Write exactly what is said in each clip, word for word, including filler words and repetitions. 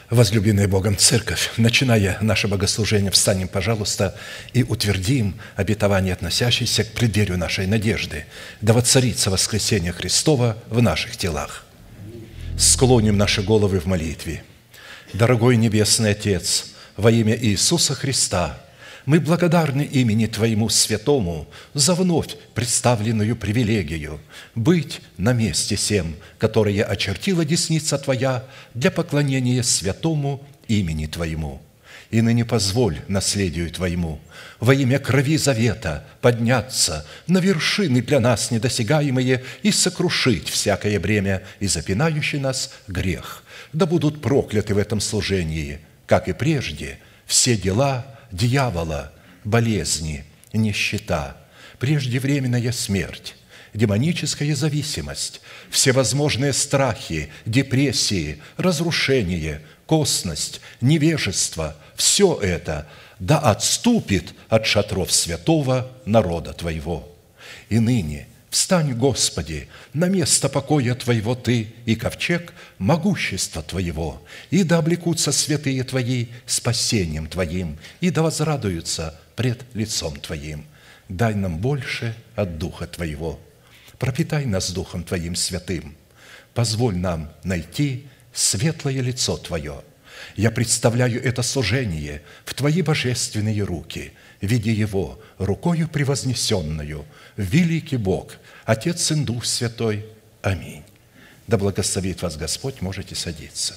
Возлюбленная Богом Церковь, начиная наше богослужение, встанем, пожалуйста, и утвердим обетование, относящееся к преддверию нашей надежды, да воцарится воскресение Христова в наших телах. Склоним наши головы в молитве. Дорогой Небесный Отец, во имя Иисуса Христа, мы благодарны имени Твоему Святому за вновь представленную привилегию быть на месте сем, которое очертила десница Твоя для поклонения святому имени Твоему. И ныне позволь наследию Твоему во имя крови завета подняться на вершины для нас недосягаемые и сокрушить всякое бремя и запинающий нас грех. Да будут прокляты в этом служении, как и прежде, все дела дьявола, болезни, нищета, преждевременная смерть, демоническая зависимость, всевозможные страхи, депрессии, разрушение, косность, невежество – все это да отступит от шатров святого народа Твоего. И ныне встань, Господи, на место покоя Твоего Ты и ковчег могущества Твоего, и да облекутся святые Твои спасением Твоим, и да возрадуются пред лицом Твоим. Дай нам больше от Духа Твоего. Пропитай нас Духом Твоим святым. Позволь нам найти светлое лицо Твое. Я представляю это служение в Твои божественные руки, видя его рукою превознесенную, великий Бог, Отец, Сын, Дух Святой. Аминь. Да благословит вас Господь, можете садиться.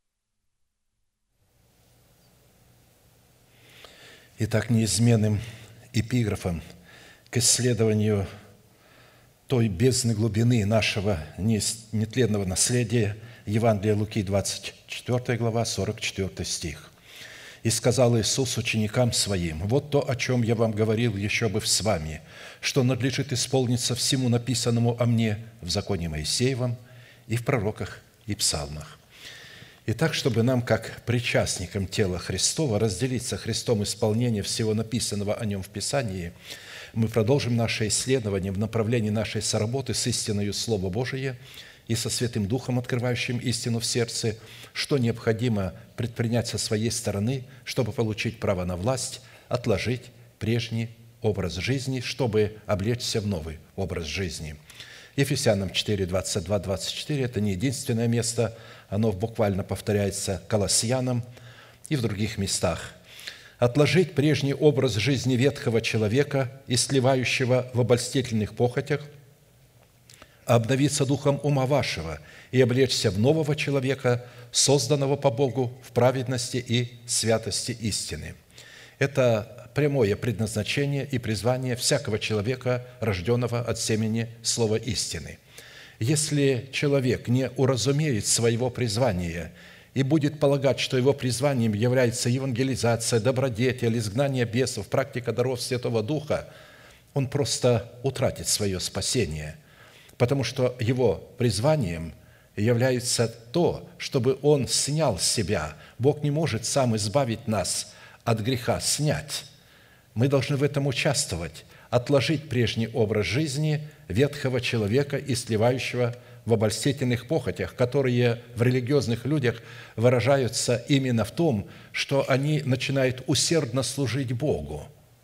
Итак, неизменным эпиграфом к исследованию той бездны глубины нашего нетленного наследия Евангелие Луки, двадцать четвёртая глава, сорок четвёртый стих. «И сказал Иисус ученикам Своим: вот то, о чем я вам говорил еще бы с вами, что надлежит исполниться всему написанному о мне в законе Моисеевом и в пророках и псалмах». Итак, чтобы нам, как причастникам тела Христова, разделить со Христом исполнение всего написанного о Нем в Писании, мы продолжим наше исследование в направлении нашей соработы с истиною Слова Божия и со Святым Духом, открывающим истину в сердце, что необходимо предпринять со своей стороны, чтобы получить право на власть, отложить прежний образ жизни, чтобы облечься в новый образ жизни. Ефесянам четыре, двадцать два, двадцать четыре – это не единственное место, оно буквально повторяется Колоссянам и в других местах. «Отложить прежний образ жизни ветхого человека и сливающего в обольстительных похотях, обновиться духом ума вашего и облечься в нового человека, созданного по Богу в праведности и святости истины». Это прямое предназначение и призвание всякого человека, рожденного от семени слова истины. Если человек не уразумеет своего призвания и будет полагать, что его призванием является евангелизация, добродетель, изгнание бесов, практика даров Святого Духа, он просто утратит свое спасение, потому что его призванием является то, чтобы он снял с себя. Бог не может сам избавить нас от греха, снять. Мы должны в этом участвовать, отложить прежний образ жизни ветхого человека и сливающего в обольстительных похотях, которые в религиозных людях выражаются именно в том, что они начинают усердно служить Богу.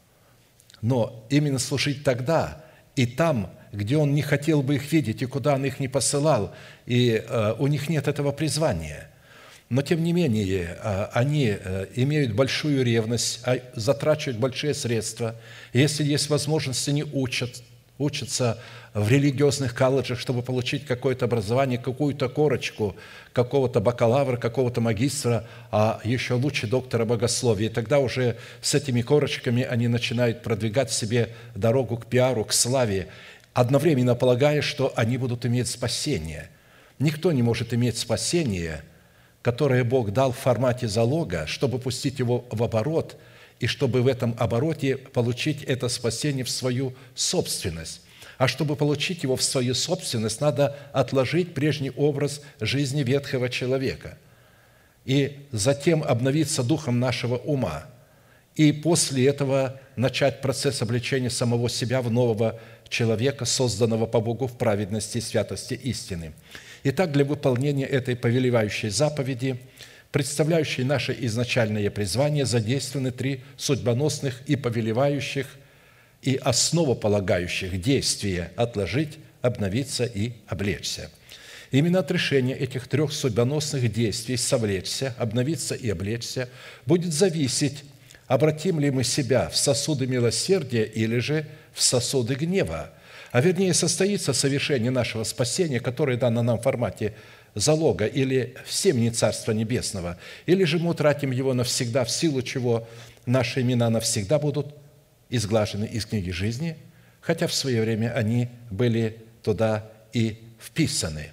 Но именно служить тогда и там, где Он не хотел бы их видеть, и куда Он их не посылал, и э, у них нет этого призвания. Но, тем не менее, э, они э, имеют большую ревность, э, затрачивают большие средства. И если есть возможность, они учат, учатся в религиозных колледжах, чтобы получить какое-то образование, какую-то корочку, какого-то бакалавра, какого-то магистра, а еще лучше доктора богословия. И тогда уже с этими корочками они начинают продвигать себе дорогу к пиару, к славе, одновременно полагая, что они будут иметь спасение. Никто не может иметь спасение, которое Бог дал в формате залога, чтобы пустить его в оборот, и чтобы в этом обороте получить это спасение в свою собственность. А чтобы получить его в свою собственность, надо отложить прежний образ жизни ветхого человека и затем обновиться духом нашего ума. И после этого начать процесс облечения самого себя в нового человека, созданного по Богу в праведности и святости истины. Итак, для выполнения этой повелевающей заповеди представляющие наше изначальное призвание, задействованы три судьбоносных и повелевающих, и основополагающих действия – отложить, обновиться и облечься. Именно от решения этих трех судьбоносных действий – совлечься, обновиться и облечься – будет зависеть, обратим ли мы себя в сосуды милосердия или же в сосуды гнева, а вернее состоится совершение нашего спасения, которое дано нам в формате залога или в семени Царства Небесного, или же мы утратим его навсегда, в силу чего наши имена навсегда будут изглажены из книги жизни, хотя в свое время они были туда и вписаны.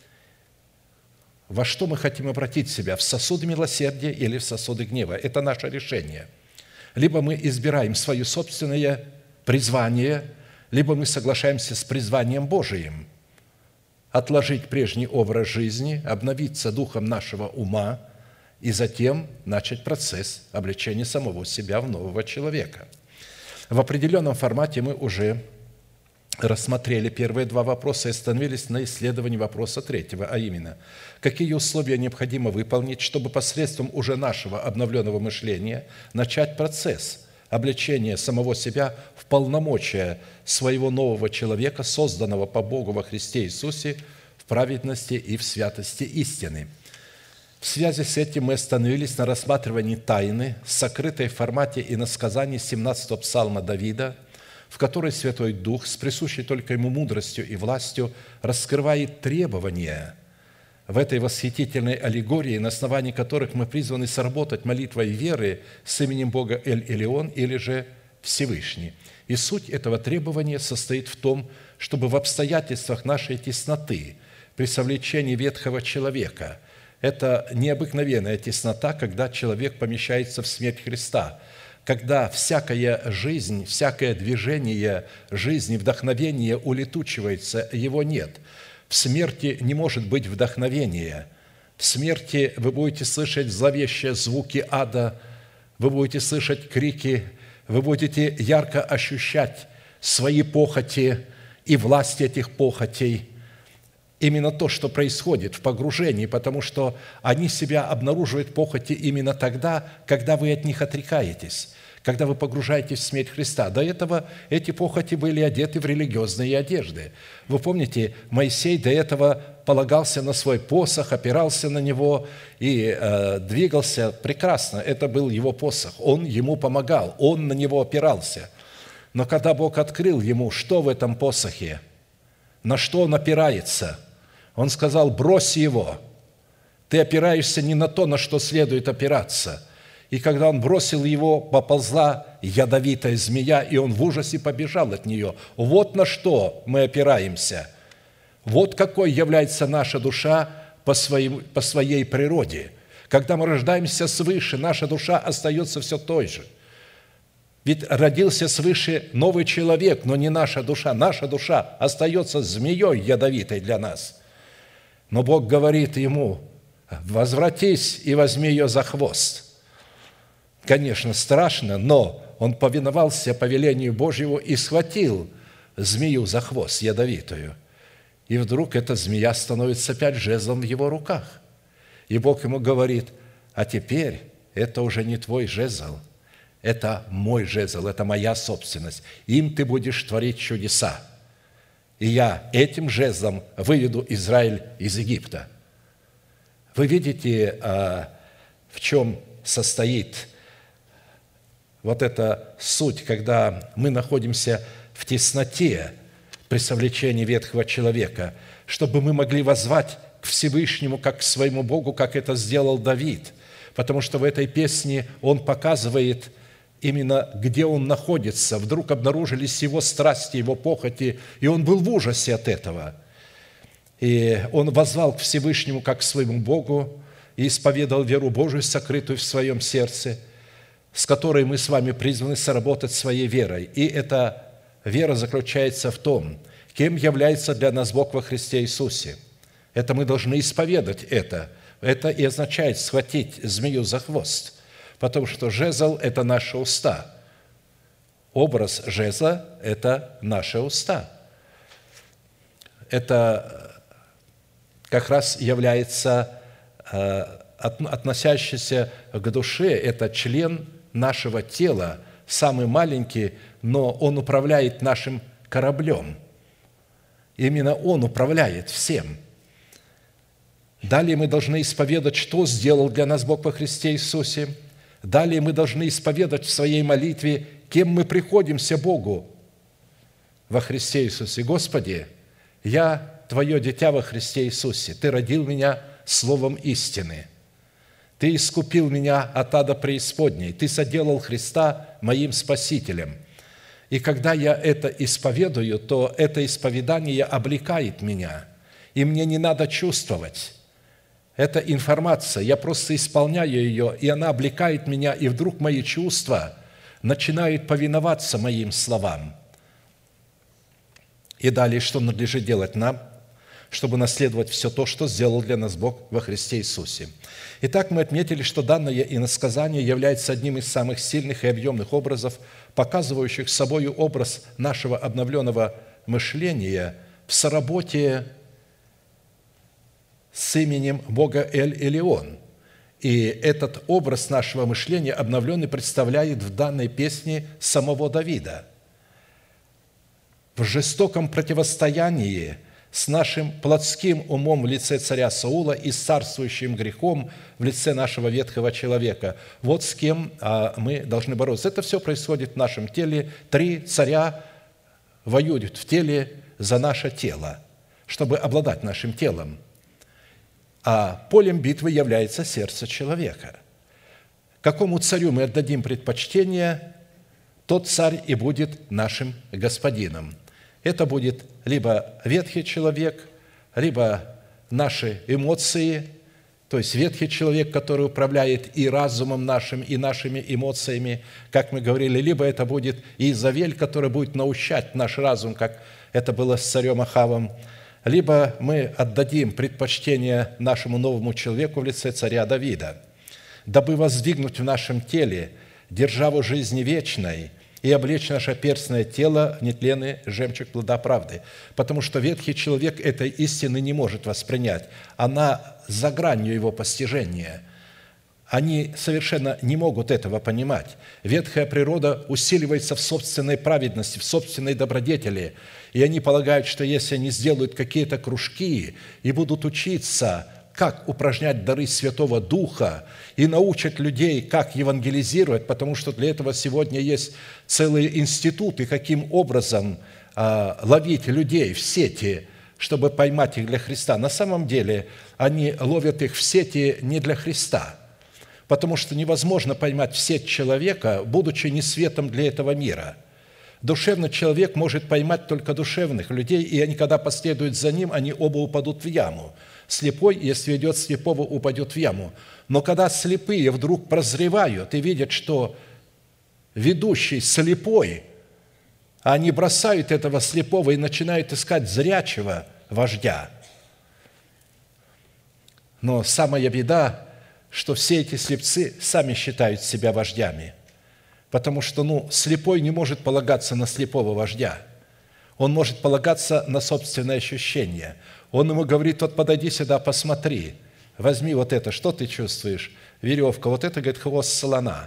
Во что мы хотим обратить себя? В сосуды милосердия или в сосуды гнева? Это наше решение. Либо мы избираем свое собственное призвание, либо мы соглашаемся с призванием Божиим, отложить прежний образ жизни, обновиться духом нашего ума и затем начать процесс облечения самого себя в нового человека. В определенном формате мы уже рассмотрели первые два вопроса и остановились на исследовании вопроса третьего, а именно, какие условия необходимо выполнить, чтобы посредством уже нашего обновленного мышления начать процесс облечения самого себя в полномочия своего нового человека, созданного по Богу во Христе Иисусе, в праведности и в святости истины. В связи с этим мы остановились на рассматривании тайны, сокрытой в формате иносказаний семнадцатого псалма Давида, в которой Святой Дух с присущей только Ему мудростью и властью раскрывает требования в этой восхитительной аллегории, на основании которых мы призваны сработать молитвой веры с именем Бога Эль-Элеон или же Всевышний. И суть этого требования состоит в том, чтобы в обстоятельствах нашей тесноты, при совлечении ветхого человека, это необыкновенная теснота, когда человек помещается в смерть Христа, когда всякая жизнь, всякое движение жизни, вдохновение улетучивается, его нет. В смерти не может быть вдохновения. В смерти вы будете слышать зловещие звуки ада, вы будете слышать крики, вы будете ярко ощущать свои похоти и власть этих похотей. Именно то, что происходит в погружении, потому что они себя обнаруживают похоти именно тогда, когда вы от них отрекаетесь, когда вы погружаетесь в смерть Христа. До этого эти похоти были одеты в религиозные одежды. Вы помните, Моисей до этого полагался на свой посох, опирался на него и э, двигался прекрасно. Это был его посох, он ему помогал, он на него опирался. Но когда Бог открыл ему, что в этом посохе, на что он опирается, он сказал: брось его, ты опираешься не на то, на что следует опираться. И когда он бросил его, поползла ядовитая змея, и он в ужасе побежал от нее. Вот на что мы опираемся. Вот какой является наша душа по, своим, по своей природе. Когда мы рождаемся свыше, наша душа остается все той же. Ведь родился свыше новый человек, но не наша душа. Наша душа остается змеей ядовитой для нас. Но Бог говорит ему: возвратись и возьми ее за хвост. Конечно, страшно, но он повиновался повелению Божьему и схватил змею за хвост ядовитую. И вдруг эта змея становится опять жезлом в его руках. И Бог ему говорит: а теперь это уже не твой жезл, это мой жезл, это моя собственность. Им ты будешь творить чудеса. И я этим жезлом выведу Израиль из Египта. Вы видите, в чем состоит вот эта суть, когда мы находимся в тесноте при совлечении ветхого человека, чтобы мы могли воззвать к Всевышнему, как к своему Богу, как это сделал Давид. Потому что в этой песне он показывает именно, где он находится. Вдруг обнаружились его страсти, его похоти, и он был в ужасе от этого. И он воззвал к Всевышнему, как к своему Богу, и исповедал веру Божию, сокрытую в своем сердце, с которой мы с вами призваны соработать своей верой. И эта вера заключается в том, кем является для нас Бог во Христе Иисусе. Это мы должны исповедать это. Это и означает схватить змею за хвост, потому что жезл – это наши уста. Образ жезла – это наши уста. Это как раз является относящийся к душе, это член нашего тела, самый маленький, но он управляет нашим кораблем. Именно он управляет всем. Далее мы должны исповедать, что сделал для нас Бог во Христе Иисусе. Далее мы должны исповедать в своей молитве, кем мы приходимся Богу во Христе Иисусе. Господи, я Твое дитя во Христе Иисусе. Ты родил меня словом истины. Ты искупил меня от ада преисподней. Ты соделал Христа моим Спасителем. И когда я это исповедую, то это исповедание облекает меня. И мне не надо чувствовать. Это информация. Я просто исполняю ее, и она облекает меня, и вдруг мои чувства начинают повиноваться моим словам. И далее, что надлежит делать нам, чтобы наследовать все то, что сделал для нас Бог во Христе Иисусе. Итак, мы отметили, что данное иносказание является одним из самых сильных и объемных образов, показывающих собою образ нашего обновленного мышления в соработе с именем Бога Эль-Элион. И этот образ нашего мышления обновленный представляет в данной песне самого Давида. В жестоком противостоянии с нашим плотским умом в лице царя Саула и с царствующим грехом в лице нашего ветхого человека. Вот с кем мы должны бороться. Это все происходит в нашем теле. Три царя воюют в теле за наше тело, чтобы обладать нашим телом. А полем битвы является сердце человека. Какому царю мы отдадим предпочтение, тот царь и будет нашим господином. Это будет либо ветхий человек, либо наши эмоции, то есть ветхий человек, который управляет и разумом нашим, и нашими эмоциями, как мы говорили, либо это будет Иезавель, который будет наущать наш разум, как это было с царем Ахавом, либо мы отдадим предпочтение нашему новому человеку в лице царя Давида, дабы воздвигнуть в нашем теле державу жизни вечной и облечь наше перстное тело в нетленный жемчуг плода правды. Потому что ветхий человек этой истины не может воспринять. Она за гранью его постижения. Они совершенно не могут этого понимать. Ветхая природа усиливается в собственной праведности, в собственной добродетели. И они полагают, что если они сделают какие-то кружки и будут учиться, как упражнять дары Святого Духа и научат людей, как евангелизировать, потому что для этого сегодня есть целые институты, каким образом а, ловить людей в сети, чтобы поймать их для Христа. На самом деле они ловят их в сети не для Христа, потому что невозможно поймать в сеть человека, будучи не светом для этого мира. Душевный человек может поймать только душевных людей, и они, когда последуют за ним, они оба упадут в яму. Слепой, если ведет слепого, упадет в яму. Но когда слепые вдруг прозревают и видят, что ведущий слепой, они бросают этого слепого и начинают искать зрячего вождя. Но самая беда, что все эти слепцы сами считают себя вождями, потому что ну, слепой не может полагаться на слепого вождя. Он может полагаться на собственное ощущение. Он ему говорит: вот подойди сюда, посмотри, возьми вот это, что ты чувствуешь? Веревка, вот это, говорит, хвост слона.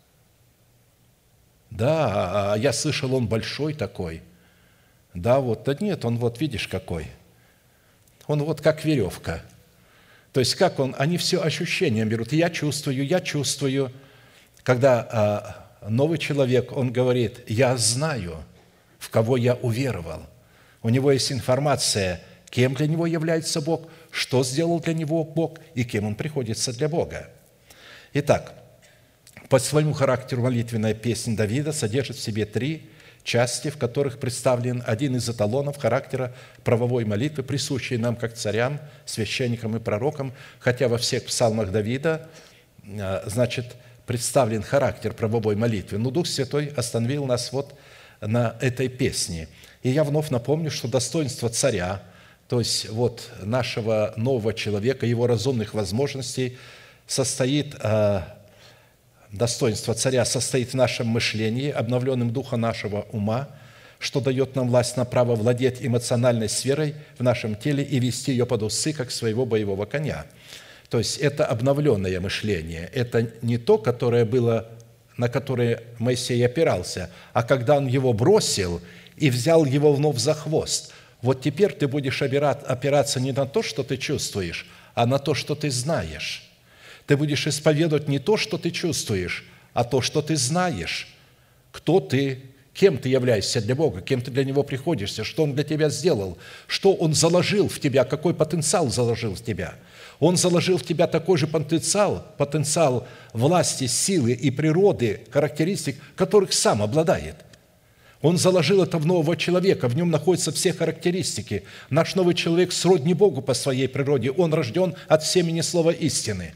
Да, а я слышал, он большой такой. Да, вот, да нет, он вот, видишь, какой. Он вот как веревка. То есть как он, они все ощущения берут. Я чувствую, я чувствую. Когда а, новый человек, он говорит: я знаю, в кого я уверовал. У него есть информация, кем для него является Бог, что сделал для него Бог и кем он приходится для Бога. Итак, по своему характеру молитвенная песнь Давида содержит в себе три части, в которых представлен один из эталонов характера правовой молитвы, присущий нам как царям, священникам и пророкам, хотя во всех псалмах Давида, значит, представлен характер правовой молитвы. Но Дух Святой остановил нас вот на этой песне. И я вновь напомню, что достоинство царя, то есть вот нашего нового человека, его разумных возможностей, состоит, достоинство царя состоит в нашем мышлении, обновленном духа нашего ума, что дает нам власть на право владеть эмоциональной сферой в нашем теле и вести ее под усы, как своего боевого коня. То есть это обновленное мышление. Это не то, которое было, на которое Моисей опирался, а когда он его бросил и взял его вновь за хвост. Вот теперь ты будешь опираться не на то, что ты чувствуешь, а на то, что ты знаешь. Ты будешь исповедовать не то, что ты чувствуешь, а то, что ты знаешь. Кто ты, кем ты являешься для Бога, кем ты для Него приходишься, что Он для тебя сделал, что Он заложил в тебя, какой потенциал заложил в тебя. Он заложил в тебя такой же потенциал, потенциал власти, силы и природы, характеристик, которых сам обладает. Он заложил это в нового человека, в нем находятся все характеристики. Наш новый человек сродни Богу по своей природе, он рожден от семени слова истины.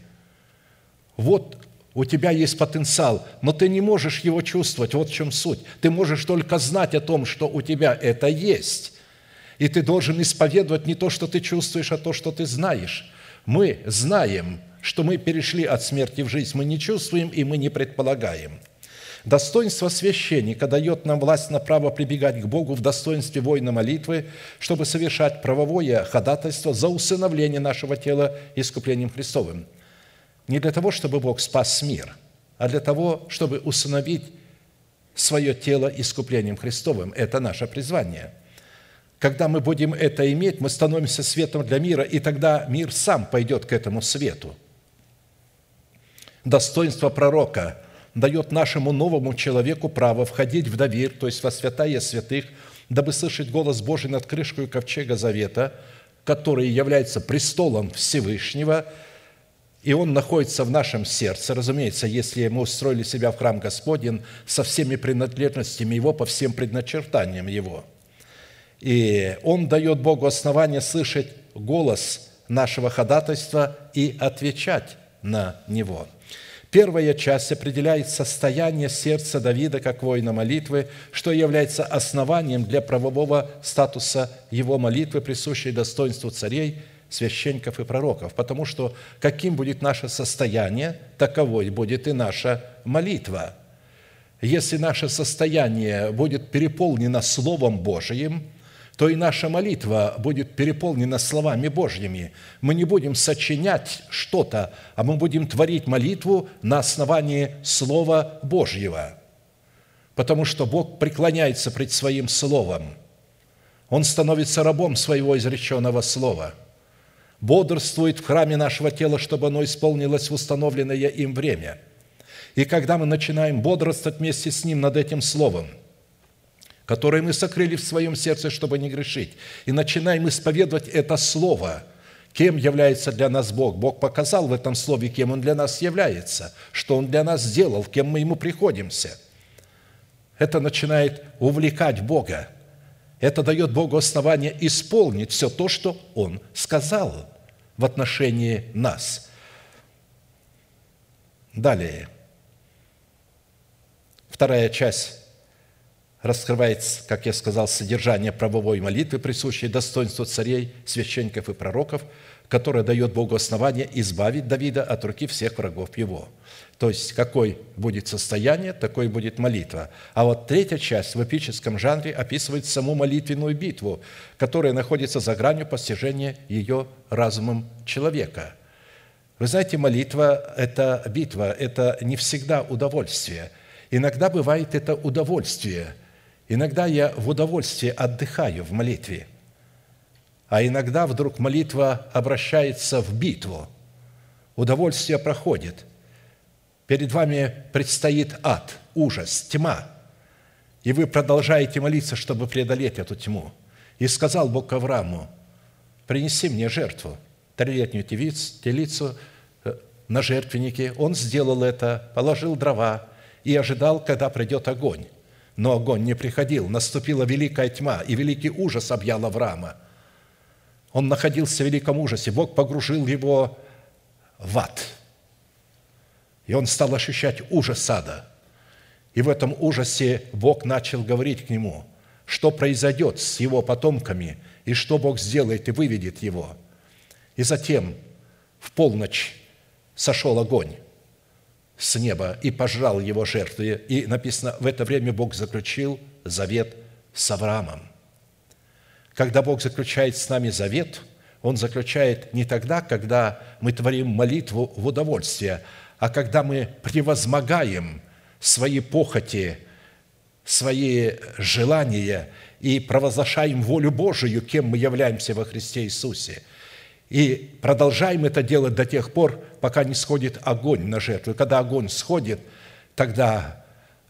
Вот у тебя есть потенциал, но ты не можешь его чувствовать, вот в чем суть. Ты можешь только знать о том, что у тебя это есть. И ты должен исповедовать не то, что ты чувствуешь, а то, что ты знаешь. Мы знаем, что мы перешли от смерти в жизнь, мы не чувствуем и мы не предполагаем. Достоинство священника дает нам власть на право прибегать к Богу в достоинстве воина молитвы, чтобы совершать правовое ходатайство за усыновление нашего тела искуплением Христовым. Не для того, чтобы Бог спас мир, а для того, чтобы усыновить свое тело искуплением Христовым. Это наше призвание. Когда мы будем это иметь, мы становимся светом для мира, и тогда мир сам пойдет к этому свету. Достоинство пророка дает нашему новому человеку право входить в довир, то есть во святая святых, дабы слышать голос Божий над крышкой ковчега завета, который является престолом Всевышнего, и он находится в нашем сердце. Разумеется, если мы устроили себя в храм Господень со всеми принадлежностями Его, по всем предначертаниям Его. И он дает Богу основание слышать голос нашего ходатайства и отвечать на него. Первая часть определяет состояние сердца Давида как воина молитвы, что является основанием для правового статуса его молитвы, присущей достоинству царей, священников и пророков. Потому что каким будет наше состояние, таковой будет и наша молитва. Если наше состояние будет переполнено Словом Божиим, то и наша молитва будет переполнена словами Божьими. Мы не будем сочинять что-то, а мы будем творить молитву на основании Слова Божьего. Потому что Бог преклоняется пред Своим Словом. Он становится рабом Своего изреченного Слова. Бодрствует в храме нашего тела, чтобы оно исполнилось в установленное им время. И когда мы начинаем бодрствовать вместе с Ним над этим Словом, которые мы сокрыли в своем сердце, чтобы не грешить, и начинаем исповедовать это Слово, кем является для нас Бог. Бог показал в этом Слове, кем Он для нас является, что Он для нас сделал, кем мы Ему приходимся. Это начинает увлекать Бога. Это дает Богу основание исполнить все то, что Он сказал в отношении нас. Далее. Вторая часть раскрывается, как я сказал, содержание правовой молитвы, присущей достоинству царей, священников и пророков, которое дает Богу основание избавить Давида от руки всех врагов его. То есть, какое будет состояние, такой будет молитва. А вот третья часть в эпическом жанре описывает саму молитвенную битву, которая находится за гранью постижения ее разумом человека. Вы знаете, молитва – это битва, это не всегда удовольствие. Иногда бывает это удовольствие. Иногда я в удовольствии отдыхаю в молитве, а иногда вдруг молитва обращается в битву. Удовольствие проходит. Перед вами предстоит ад, ужас, тьма, и вы продолжаете молиться, чтобы преодолеть эту тьму. И сказал Бог к Аврааму: принеси мне жертву, трехлетнюю телицу на жертвеннике. Он сделал это, положил дрова и ожидал, когда придет огонь. Но огонь не приходил, наступила великая тьма, и великий ужас объял Авраама. Он находился в великом ужасе, Бог погрузил его в ад. И он стал ощущать ужас ада. И в этом ужасе Бог начал говорить к нему, что произойдет с его потомками, и что Бог сделает и выведет его. И затем в полночь сошел огонь с неба и пожрал его жертвы. И написано, в это время Бог заключил завет с Авраамом. Когда Бог заключает с нами завет, Он заключает не тогда, когда мы творим молитву в удовольствие, а когда мы превозмогаем свои похоти, свои желания и провозглашаем волю Божию, кем мы являемся во Христе Иисусе, и продолжаем это делать до тех пор, пока не сходит огонь на жертву. И когда огонь сходит, тогда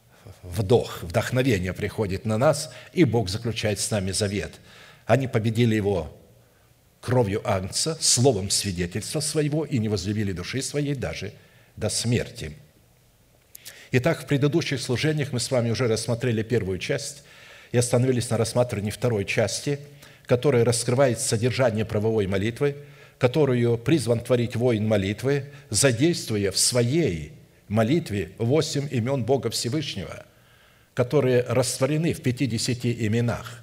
вдох, вдохновение приходит на нас, и Бог заключает с нами завет. Они победили его кровью Агнца, словом свидетельства своего, и не возлюбили души своей даже до смерти. Итак, в предыдущих служениях мы с вами уже рассмотрели первую часть и остановились на рассматривании второй части, которая раскрывает содержание правовой молитвы, которую призван творить воин молитвы, задействуя в своей молитве восемь имен Бога Всевышнего, которые растворены в пятидесяти именах.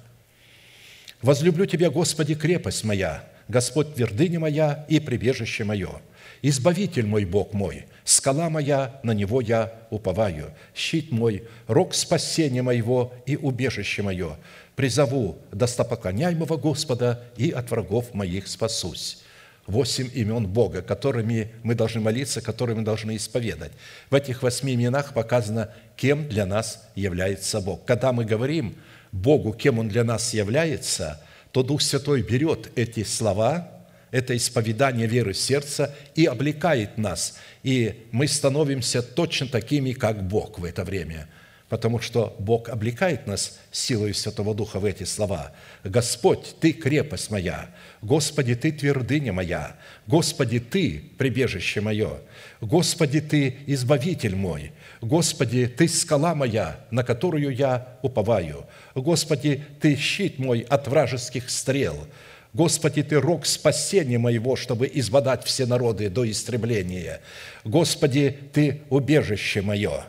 «Возлюблю Тебя, Господи, крепость моя, Господь твердыня моя и прибежище мое, Избавитель мой, Бог мой, скала моя, на Него я уповаю, щит мой, рог спасения моего и убежище мое, призову достопоклоняемого Господа и от врагов моих спасусь». Восемь имен Бога, которыми мы должны молиться, которые мы должны исповедать. В этих восьми именах показано, кем для нас является Бог. Когда мы говорим Богу, кем Он для нас является, то Дух Святой берет эти слова, это исповедание веры сердца и облекает нас, и мы становимся точно такими, как Бог в это время, потому что Бог облекает нас силой Святого Духа в эти слова. «Господь, Ты крепость моя, Господи, Ты твердыня моя, Господи, Ты прибежище мое, Господи, Ты избавитель мой, Господи, Ты скала моя, на которую я уповаю, Господи, Ты щит мой от вражеских стрел, Господи, Ты рог спасения моего, чтобы избавлять все народы до истребления, Господи, Ты убежище мое»,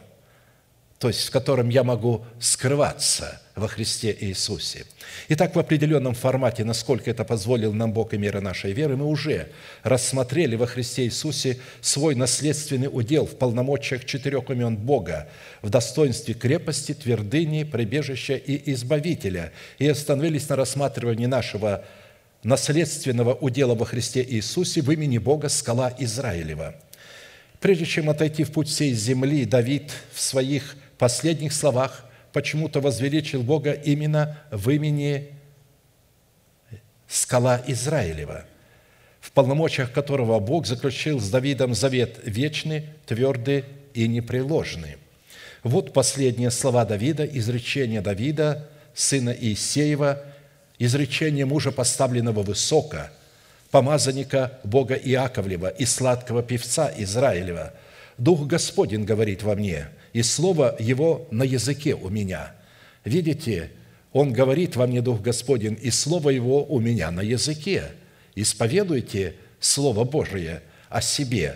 то есть в котором я могу скрываться во Христе Иисусе. Итак, в определенном формате, насколько это позволил нам Бог и мера нашей веры, мы уже рассмотрели во Христе Иисусе свой наследственный удел в полномочиях четырех имен Бога, в достоинстве крепости, твердыни, прибежища и избавителя, и остановились на рассматривании нашего наследственного удела во Христе Иисусе в имени Бога скала Израилева. Прежде чем отойти в путь всей земли, Давид в своих последних словах почему-то возвеличил Бога именно в имени скала Израилева, в полномочиях которого Бог заключил с Давидом завет вечный, твердый и непреложный. Вот последние слова Давида, изречение Давида, сына Иисеева, изречение мужа, поставленного высоко, помазанника Бога Иаковлева и сладкого певца Израилева. «Дух Господень говорит во мне, и слово Его на языке у меня». Видите, Он говорит во мне, Дух Господень, и слово Его у меня на языке. Исповедуйте Слово Божие о себе.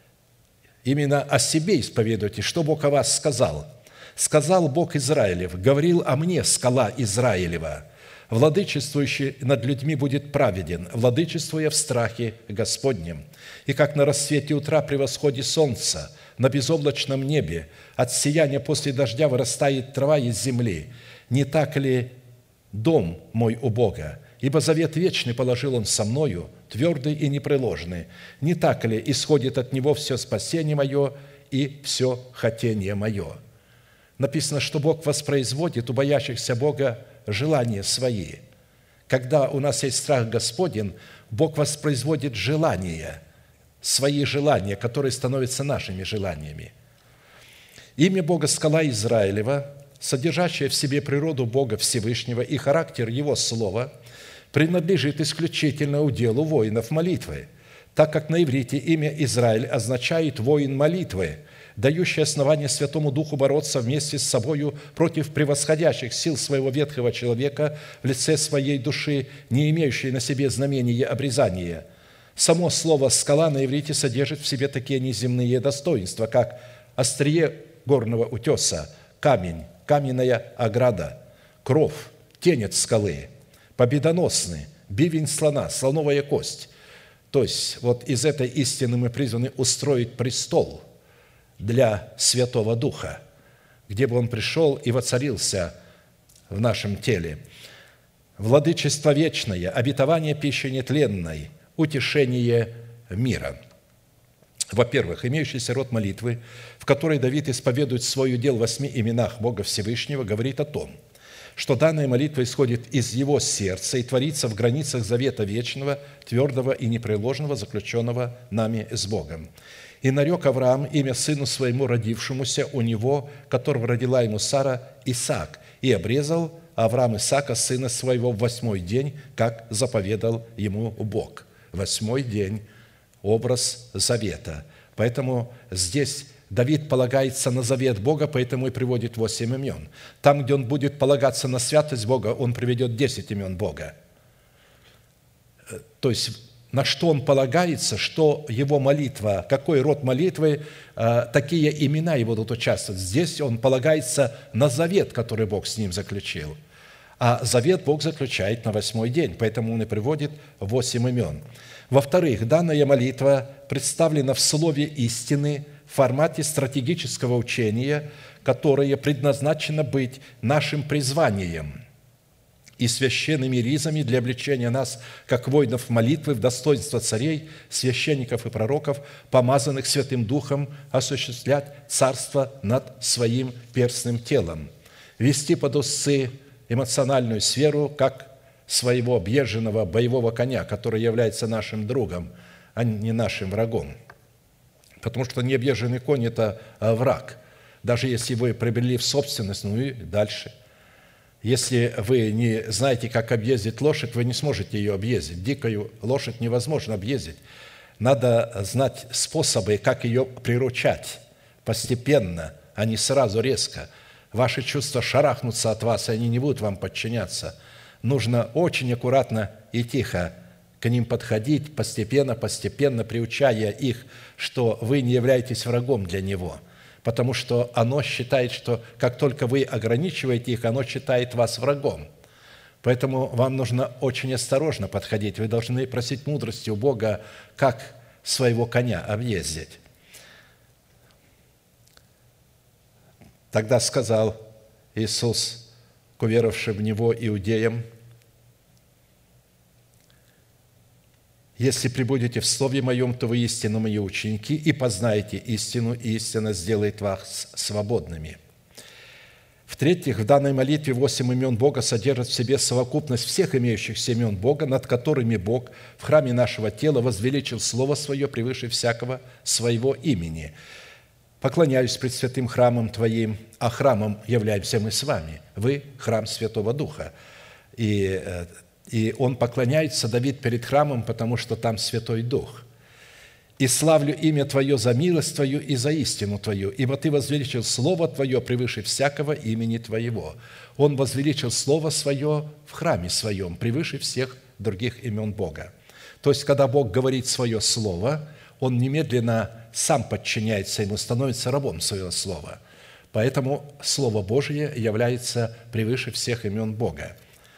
Именно о себе исповедуйте, что Бог о вас сказал. «Сказал Бог Израилев, говорил о мне скала Израилева, владычествующий над людьми будет праведен, владычествуя в страхе Господнем. И как на рассвете утра при восходе солнца, на безоблачном небе, от сияния после дождя вырастает трава из земли, не так ли дом мой у Бога? Ибо завет вечный положил Он со мною, твердый и непреложный. Не так ли исходит от Него все спасение мое и все хотение мое?» Написано, что Бог воспроизводит у боящихся Бога желания свои. Когда у нас есть страх Господень, Бог воспроизводит желания, свои желания, которые становятся нашими желаниями. Имя Бога – скала Израилева, содержащая в себе природу Бога Всевышнего и характер Его Слова, принадлежит исключительно уделу воинов молитвы, так как на иврите имя Израиль означает «воин молитвы», дающий основание Святому Духу бороться вместе с собою против превосходящих сил своего ветхого человека в лице своей души, не имеющей на себе знамения обрезания. Само слово «скала» на иврите содержит в себе такие неземные достоинства, как острие горного утеса, камень, каменная ограда, кров, тенет скалы, победоносный, бивень слона, слоновая кость. То есть вот из этой истины мы призваны устроить престол для Святого Духа, где бы Он пришел и воцарился в нашем теле. Владычество вечное, обетование пищи нетленной, утешение мира. Во-первых, имеющийся род молитвы, в которой Давид исповедует свой удел в восьми именах Бога Всевышнего, говорит о том, что данная молитва исходит из его сердца и творится в границах завета вечного, твердого и непреложного, заключенного нами с Богом. «И нарек Авраам имя сыну своему, родившемуся у него, которого родила ему Сара, Исаак, и обрезал Авраам Исаака, сына своего, в восьмой день, как заповедал ему Бог». Восьмой день – образ завета. Поэтому здесь Давид полагается на завет Бога, поэтому и приводит восемь имен. Там, где он будет полагаться на святость Бога, он приведет десять имен Бога. То есть, на что он полагается, что его молитва, какой род молитвы, такие имена и будут участвовать. Здесь он полагается на завет, который Бог с ним заключил. А завет Бог заключает на восьмой день, поэтому он и приводит восемь имен. Во-вторых, данная молитва представлена в слове истины в формате стратегического учения, которое предназначено быть нашим призванием и священными ризами для облечения нас, как воинов молитвы, в достоинство царей, священников и пророков, помазанных Святым Духом, осуществлять царство над своим перстным телом, вести под усы эмоциональную сферу, как своего объезженного боевого коня, который является нашим другом, а не нашим врагом. Потому что необъезженный конь – это враг. Даже если вы приобрели в собственность, ну и дальше. Если вы не знаете, как объездить лошадь, вы не сможете ее объездить. Дикую лошадь невозможно объездить. Надо знать способы, как ее приручать постепенно, а не сразу резко. Ваши чувства шарахнутся от вас, и они не будут вам подчиняться. Нужно очень аккуратно и тихо к ним подходить, постепенно, постепенно приучая их, что вы не являетесь врагом для него, потому что оно считает, что как только вы ограничиваете их, оно считает вас врагом. Поэтому вам нужно очень осторожно подходить. Вы должны просить мудрости у Бога, как своего коня объездить. Тогда сказал Иисус к уверовавшим в Него иудеям: «Если пребудете в Слове Моем, то вы истинно Мои ученики, и познаете истину, и истина сделает вас свободными». В-третьих, в данной молитве восемь имен Бога содержат в себе совокупность всех имеющихся имен Бога, над которыми Бог в храме нашего тела возвеличил Слово Свое превыше всякого Своего имени. «Поклоняюсь пред святым храмом Твоим», а храмом являемся мы с вами. Вы – храм Святого Духа. И, и он поклоняется, Давид, перед храмом, потому что там Святой Дух. «И славлю имя Твое за милость Твою и за истину Твою, ибо Ты возвеличил Слово Твое превыше всякого имени Твоего». Он возвеличил Слово Свое в храме Своем, превыше всех других имен Бога. То есть, когда Бог говорит Свое Слово, Он немедленно сам подчиняется Ему, становится рабом Своего Слова. Поэтому Слово Божие является превыше всех имен Бога.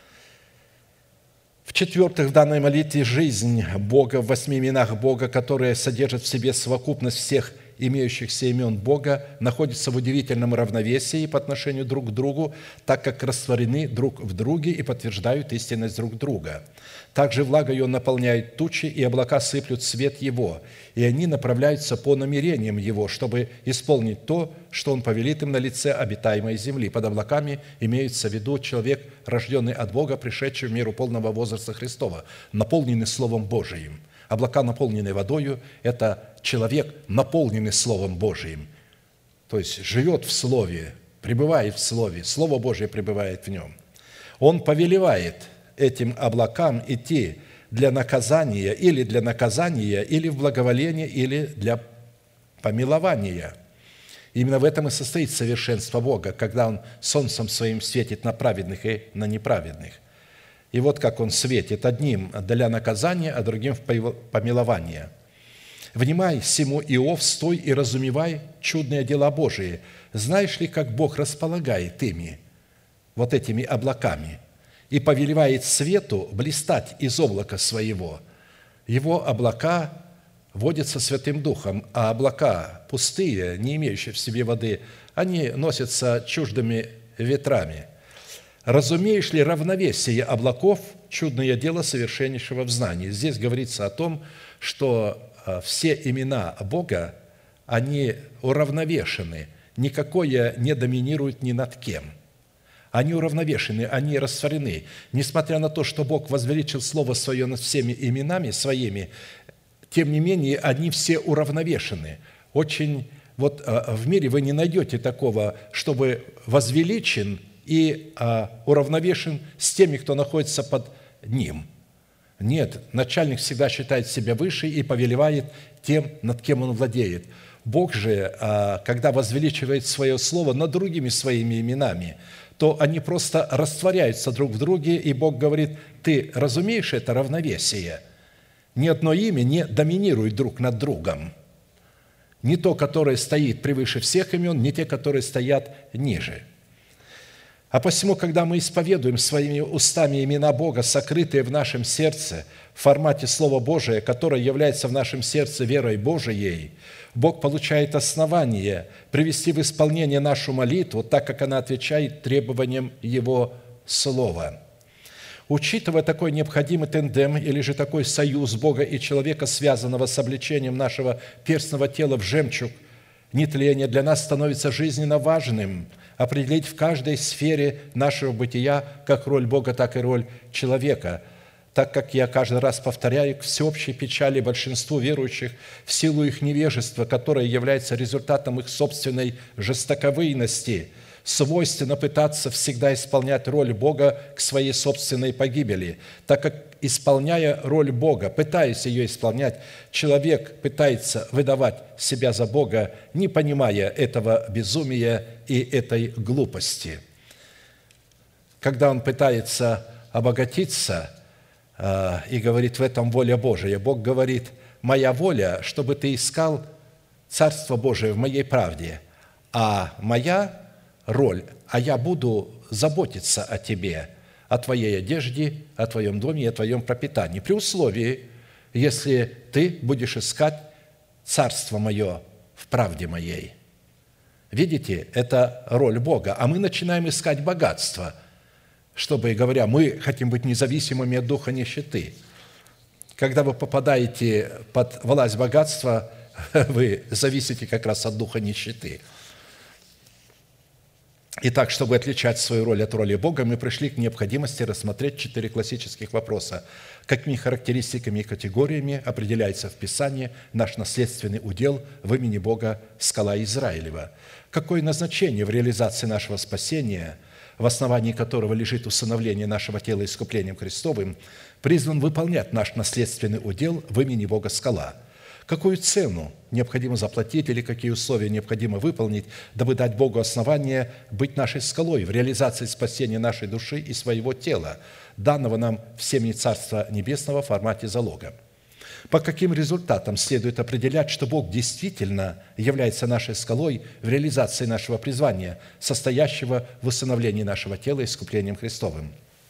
В-четвертых, в данной молитве жизнь Бога в восьми именах Бога, которая содержит в себе совокупность всех имеющихся имен Бога, находится в удивительном равновесии по отношению друг к другу, так как растворены друг в друге и подтверждают истинность друг друга. Также влагой Он наполняет тучи, и облака сыплют свет Его, и они направляются по намерениям Его, чтобы исполнить то, что Он повелит им на лице обитаемой земли. Под облаками имеется в виду человек, рожденный от Бога, пришедший в миру полного возраста Христова, наполненный Словом Божиим. Облака, наполненные водою, это человек, наполненный Словом Божиим, то есть живет в Слове, пребывает в Слове, Слово Божие пребывает в нем. Он повелевает этим облакам идти для наказания, или для наказания, или в благоволение, или для помилования. Именно в этом и состоит совершенство Бога, когда Он солнцем Своим светит на праведных и на неправедных. И вот как Он светит: одним для наказания, а другим в помилование. «Внимай сему, Иов, стой и разумевай чудные дела Божии. Знаешь ли, как Бог располагает ими, вот этими облаками, и повелевает свету блистать из облака своего? Его облака водятся Святым Духом, а облака пустые, не имеющие в себе воды, они носятся чуждыми ветрами. Разумеешь ли равновесие облаков, чудное дело совершеннейшего в знании?» Здесь говорится о том, что все имена Бога, они уравновешены, никакое не доминирует ни над кем. Они уравновешены, они растворены. Несмотря на то, что Бог возвеличил Слово Свое над всеми именами Своими, тем не менее, они все уравновешены. Очень вот в мире вы не найдете такого, чтобы возвеличен и уравновешен с теми, кто находится под ним. Нет, начальник всегда считает себя выше и повелевает тем, над кем он владеет. Бог же, когда возвеличивает свое слово над другими своими именами, то они просто растворяются друг в друге, и Бог говорит: ты разумеешь это равновесие? Ни одно имя не доминирует друг над другом. Не то, которое стоит превыше всех имен, не те, которые стоят ниже. А посему, когда мы исповедуем своими устами имена Бога, сокрытые в нашем сердце, в формате Слова Божия, которое является в нашем сердце верой Божией, Бог получает основание привести в исполнение нашу молитву, так как она отвечает требованиям Его Слова. Учитывая такой необходимый тандем или же такой союз Бога и человека, связанного с облечением нашего перстного тела в жемчуг нетления, для нас становится жизненно важным определить в каждой сфере нашего бытия как роль Бога, так и роль человека, так как я каждый раз повторяю, к всеобщей печали большинству верующих в силу их невежества, которое является результатом их собственной жестоковыйности, свойственно пытаться всегда исполнять роль Бога к своей собственной погибели, так как, исполняя роль Бога, пытаясь ее исполнять, человек пытается выдавать себя за Бога, не понимая этого безумия и этой глупости. Когда он пытается обогатиться э, и говорит: в этом воля Божия, Бог говорит: моя воля, чтобы ты искал Царство Божие в моей правде, а моя роль, а я буду заботиться о тебе, о твоей одежде, о твоем доме и о твоем пропитании, при условии, если ты будешь искать Царство Мое в правде Моей. Видите, это роль Бога. А мы начинаем искать богатство, чтобы, говоря, мы хотим быть независимыми от духа нищеты. Когда вы попадаете под власть богатства, вы зависите как раз от духа нищеты. Итак, чтобы отличать свою роль от роли Бога, мы пришли к необходимости рассмотреть четыре классических вопроса. Какими характеристиками и категориями определяется в Писании наш наследственный удел в имени Бога Скала Израилева? Какое назначение в реализации нашего спасения, в основании которого лежит усыновление нашего тела искуплением Христовым, призван выполнять наш наследственный удел в имени Бога Скала? Какую цену необходимо заплатить или какие условия необходимо выполнить, дабы дать Богу основание быть нашей скалой в реализации спасения нашей души и своего тела, данного нам в семени Царства Небесного в формате залога? По каким результатам следует определять, что Бог действительно является нашей скалой в реализации нашего призвания, состоящего в усыновлении нашего тела искуплением Христовым?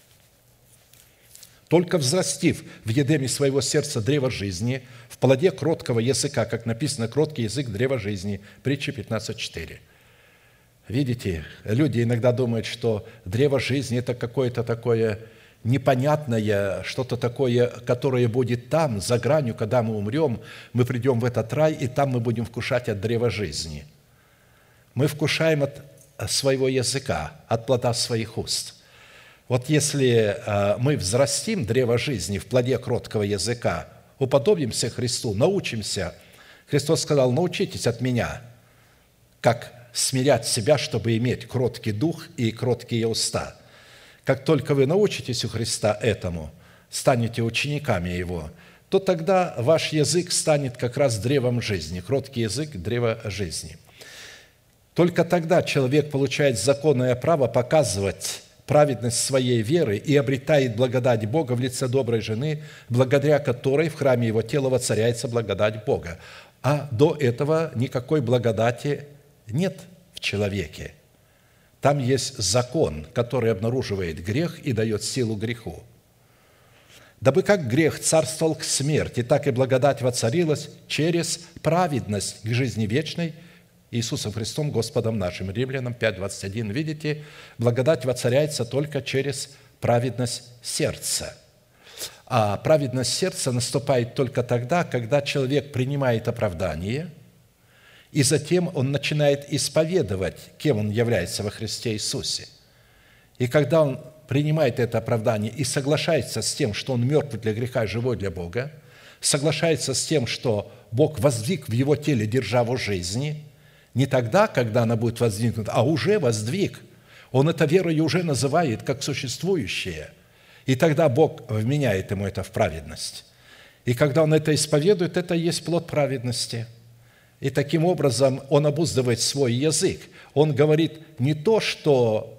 Только взрастив в едеме своего сердца древо жизни, в плоде кроткого языка, как написано, кроткий язык древа жизни, притча пятнадцать четыре. Видите, люди иногда думают, что древо жизни – это какое-то такое непонятное, что-то такое, которое будет там, за гранью, когда мы умрем, мы придем в этот рай, и там мы будем вкушать от древа жизни. Мы вкушаем от своего языка, от плода своих уст. Вот если мы взрастим древо жизни в плоде кроткого языка, уподобимся Христу, научимся. Христос сказал: научитесь от Меня, как смирять себя, чтобы иметь кроткий дух и кроткие уста. Как только вы научитесь у Христа этому, станете учениками Его, то тогда ваш язык станет как раз древом жизни, кроткий язык – древо жизни. Только тогда человек получает законное право показывать праведность своей веры и обретает благодать Бога в лице доброй жены, благодаря которой в храме его тела воцаряется благодать Бога. А до этого никакой благодати нет в человеке. Там есть закон, который обнаруживает грех и дает силу греху. Дабы как грех царствовал к смерти, так и благодать воцарилась через праведность к жизни вечной Иисусом Христом, Господом нашим. Римлянам пять двадцать один. Видите, благодать воцаряется только через праведность сердца. А праведность сердца наступает только тогда, когда человек принимает оправдание, и затем он начинает исповедовать, кем он является во Христе Иисусе. И когда он принимает это оправдание и соглашается с тем, что он мертв для греха, живой для Бога, соглашается с тем, что Бог воздвиг в его теле державу жизни, не тогда, когда она будет воздвигнута, а уже воздвиг. Он это верой уже называет как существующее. И тогда Бог вменяет ему это в праведность. И когда он это исповедует, это и есть плод праведности. И таким образом он обуздывает свой язык. Он говорит не то, что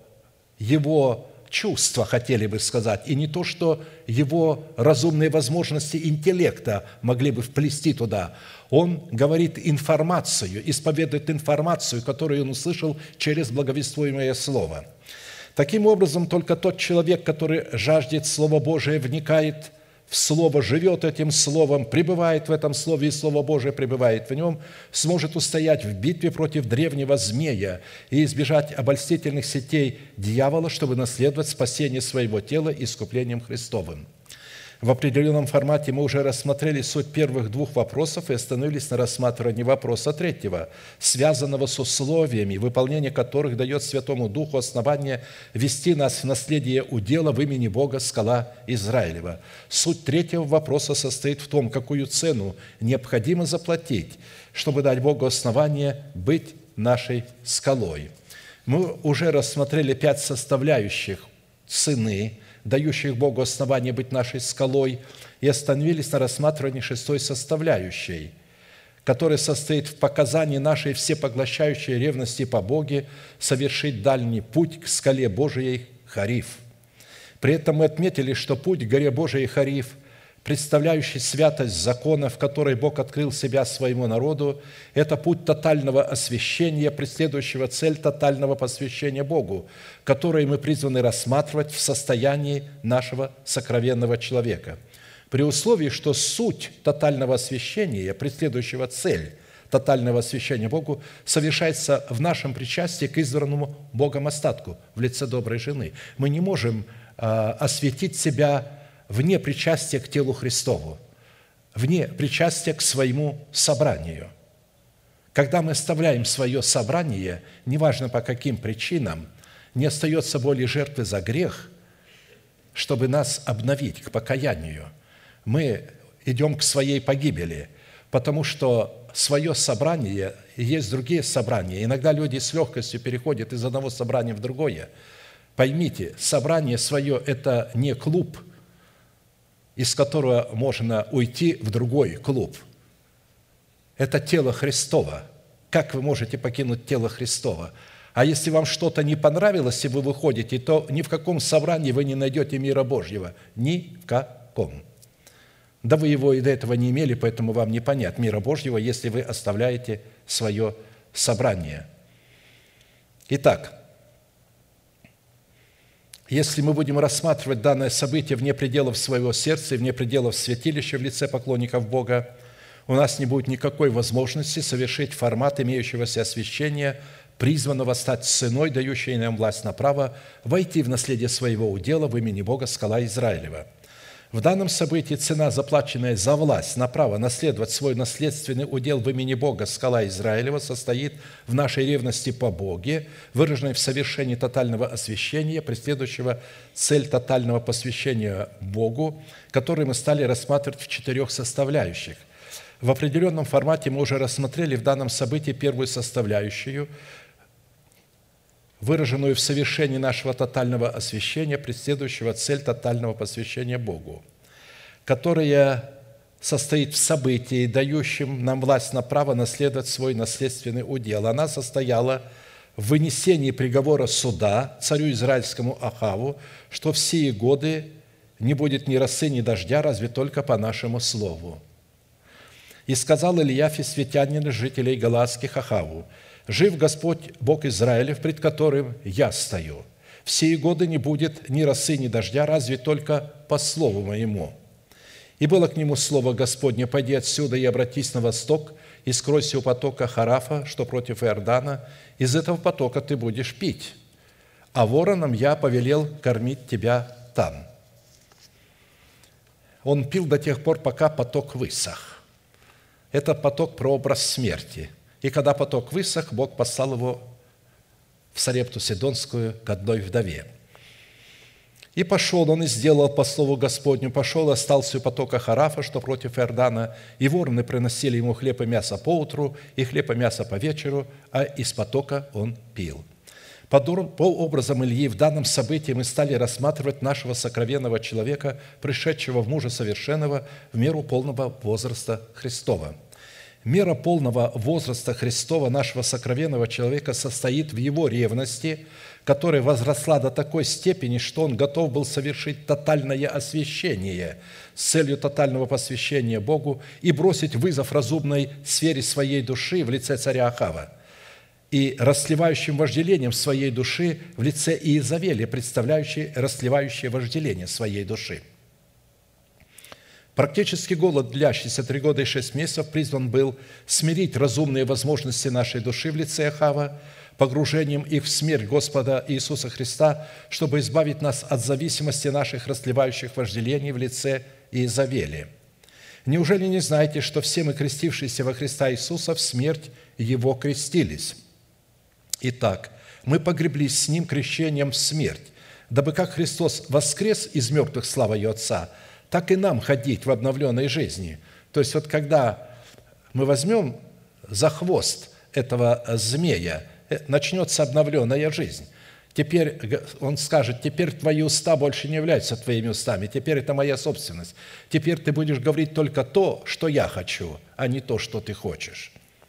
его чувства хотели бы сказать, и не то, что его разумные возможности интеллекта могли бы вплести туда. Он говорит информацию, исповедует информацию, которую он услышал через благовествуемое слово. Таким образом, только тот человек, который жаждет Слова Божия, вникает в Слово, живет этим Словом, пребывает в этом Слове, и Слово Божие пребывает в нем, сможет устоять в битве против древнего змея и избежать обольстительных сетей дьявола, чтобы наследовать спасение своего тела искуплением Христовым. В определенном формате мы уже рассмотрели суть первых двух вопросов и остановились на рассматривании вопроса третьего, связанного с условиями, выполнение которых дает Святому Духу основание вести нас в наследие удела в имени Бога, скала Израилева. Суть третьего вопроса состоит в том, какую цену необходимо заплатить, чтобы дать Богу основание быть нашей скалой. Мы уже рассмотрели пять составляющих цены, дающих Богу основание быть нашей скалой, и остановились на рассматривании шестой составляющей, которая состоит в показании нашей всепоглощающей ревности по Боге совершить дальний путь к скале Божией Хариф. При этом мы отметили, что путь к горе Божией Хариф, представляющий святость закона, в которой Бог открыл себя своему народу, это путь тотального освящения, преследующего цель тотального посвящения Богу, который мы призваны рассматривать в состоянии нашего сокровенного человека. При условии, что суть тотального освящения, преследующего цель тотального освящения Богу, совершается в нашем причастии к избранному Богом остатку в лице доброй жены. Мы не можем а, осветить себя вне причастия к телу Христову, вне причастия к своему собранию. Когда мы оставляем свое собрание, неважно по каким причинам, не остается более жертвы за грех, чтобы нас обновить к покаянию. Мы идем к своей погибели, потому что свое собрание, и есть другие собрания. Иногда люди с легкостью переходят из одного собрания в другое. Поймите, собрание свое – это не клуб, из которого можно уйти в другой клуб. Это тело Христово. Как вы можете покинуть тело Христово? А если вам что-то не понравилось, и вы выходите, то ни в каком собрании вы не найдете мира Божьего. Ни в каком. Да вы его и до этого не имели, поэтому вам не понять мира Божьего, если вы оставляете свое собрание. Итак, если мы будем рассматривать данное событие вне пределов своего сердца и вне пределов святилища в лице поклонников Бога, у нас не будет никакой возможности совершить формат имеющегося освящения, призванного стать ценой, дающей нам власть на право войти в наследие своего удела в имени Бога, скала Израилева. В данном событии цена, заплаченная за власть на право наследовать свой наследственный удел в имени Бога, скала Израилева, состоит в нашей ревности по Боге, выраженной в совершении тотального освящения, преследующего цель тотального посвящения Богу, который мы стали рассматривать в четырех составляющих. В определенном формате мы уже рассмотрели в данном событии первую составляющую, выраженную в совершении нашего тотального освящения, преследующего цель тотального посвящения Богу, которая состоит в событии, дающем нам власть на право наследовать свой наследственный удел. Она состояла в вынесении приговора суда царю израильскому Ахаву, что в сии годы не будет ни росы, ни дождя, разве только по нашему слову. И сказал Илья Фисветянин, жителей Галаадских, Ахаву: «Жив Господь, Бог Израилев, пред которым я стою. В сии годы не будет ни росы, ни дождя, разве только по слову моему». И было к нему слово Господне: «Пойди отсюда и обратись на восток, и скройся у потока Харафа, что против Иордана, из этого потока ты будешь пить, а воронам я повелел кормить тебя там». Он пил до тех пор, пока поток высох. Это поток – прообраз смерти. И когда поток высох, Бог послал его в Сарепту Сидонскую к одной вдове. И пошел он и сделал по слову Господню, пошел и остался у потока Харафа, что против Иордана, и вороны приносили ему хлеб и мясо поутру, и хлеб и мясо по вечеру, а из потока он пил. По образом Ильи в данном событии мы стали рассматривать нашего сокровенного человека, пришедшего в мужа совершенного в меру полного возраста Христова. Мера полного возраста Христова, нашего сокровенного человека, состоит в его ревности, которая возросла до такой степени, что он готов был совершить тотальное освящение с целью тотального посвящения Богу и бросить вызов разумной сфере своей души в лице царя Ахава и расслевающим вожделением своей души в лице Иезавели, представляющей расслевающее вожделение своей души. Практически голод, длящийся три года и шесть месяцев, призван был смирить разумные возможности нашей души в лице Ахава, погружением их в смерть Господа Иисуса Христа, чтобы избавить нас от зависимости наших расслевающих вожделений в лице Иезавели. Неужели не знаете, что все мы, крестившиеся во Христа Иисуса, в смерть Его крестились? Итак, мы погреблись с Ним крещением в смерть, дабы как Христос воскрес из мертвых славою Отца, так и нам ходить в обновленной жизни. То есть вот когда мы возьмем за хвост этого змея, начнется обновленная жизнь. Теперь он скажет: теперь твои уста больше не являются твоими устами, теперь это моя собственность. Теперь ты будешь говорить только то, что я хочу, а не то, что ты хочешь.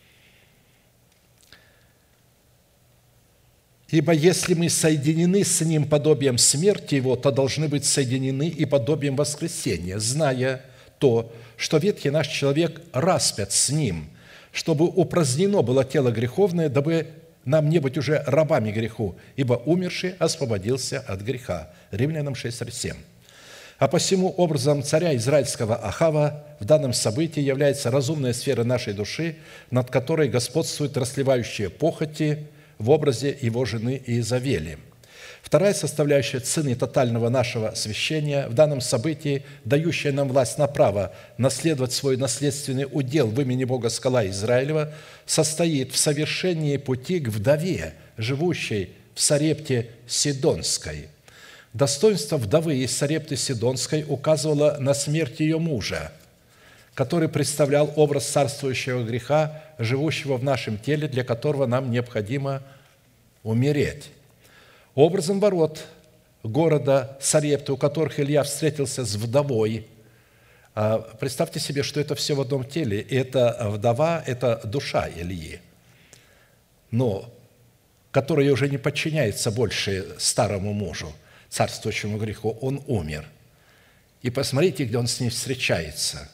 Ибо если мы соединены с Ним подобием смерти Его, то должны быть соединены и подобием воскресения, зная то, что ветхий наш человек распят с Ним, чтобы упразднено было тело греховное, дабы нам не быть уже рабами греху, ибо умерший освободился от греха». Римлянам шесть семь. А посему образом царя израильского Ахава в данном событии является разумная сфера нашей души, над которой господствуют расслевающие похоти в образе его жены Иезавели. Вторая составляющая цены тотального нашего освящения в данном событии, дающая нам власть на право наследовать свой наследственный удел в имени Бога Скала Израилева, состоит в совершении пути к вдове, живущей в Сарепте Сидонской. Достоинство вдовы из Сарепты Сидонской указывало на смерть ее мужа, который представлял образ царствующего греха, живущего в нашем теле, для которого нам необходимо умереть. Образом ворот города Сарепты, у которых Илья встретился с вдовой, представьте себе, что это все в одном теле, и эта вдова – это душа Ильи, но которая уже не подчиняется больше старому мужу, царствующему греху, он умер. И посмотрите, где он с ней встречается.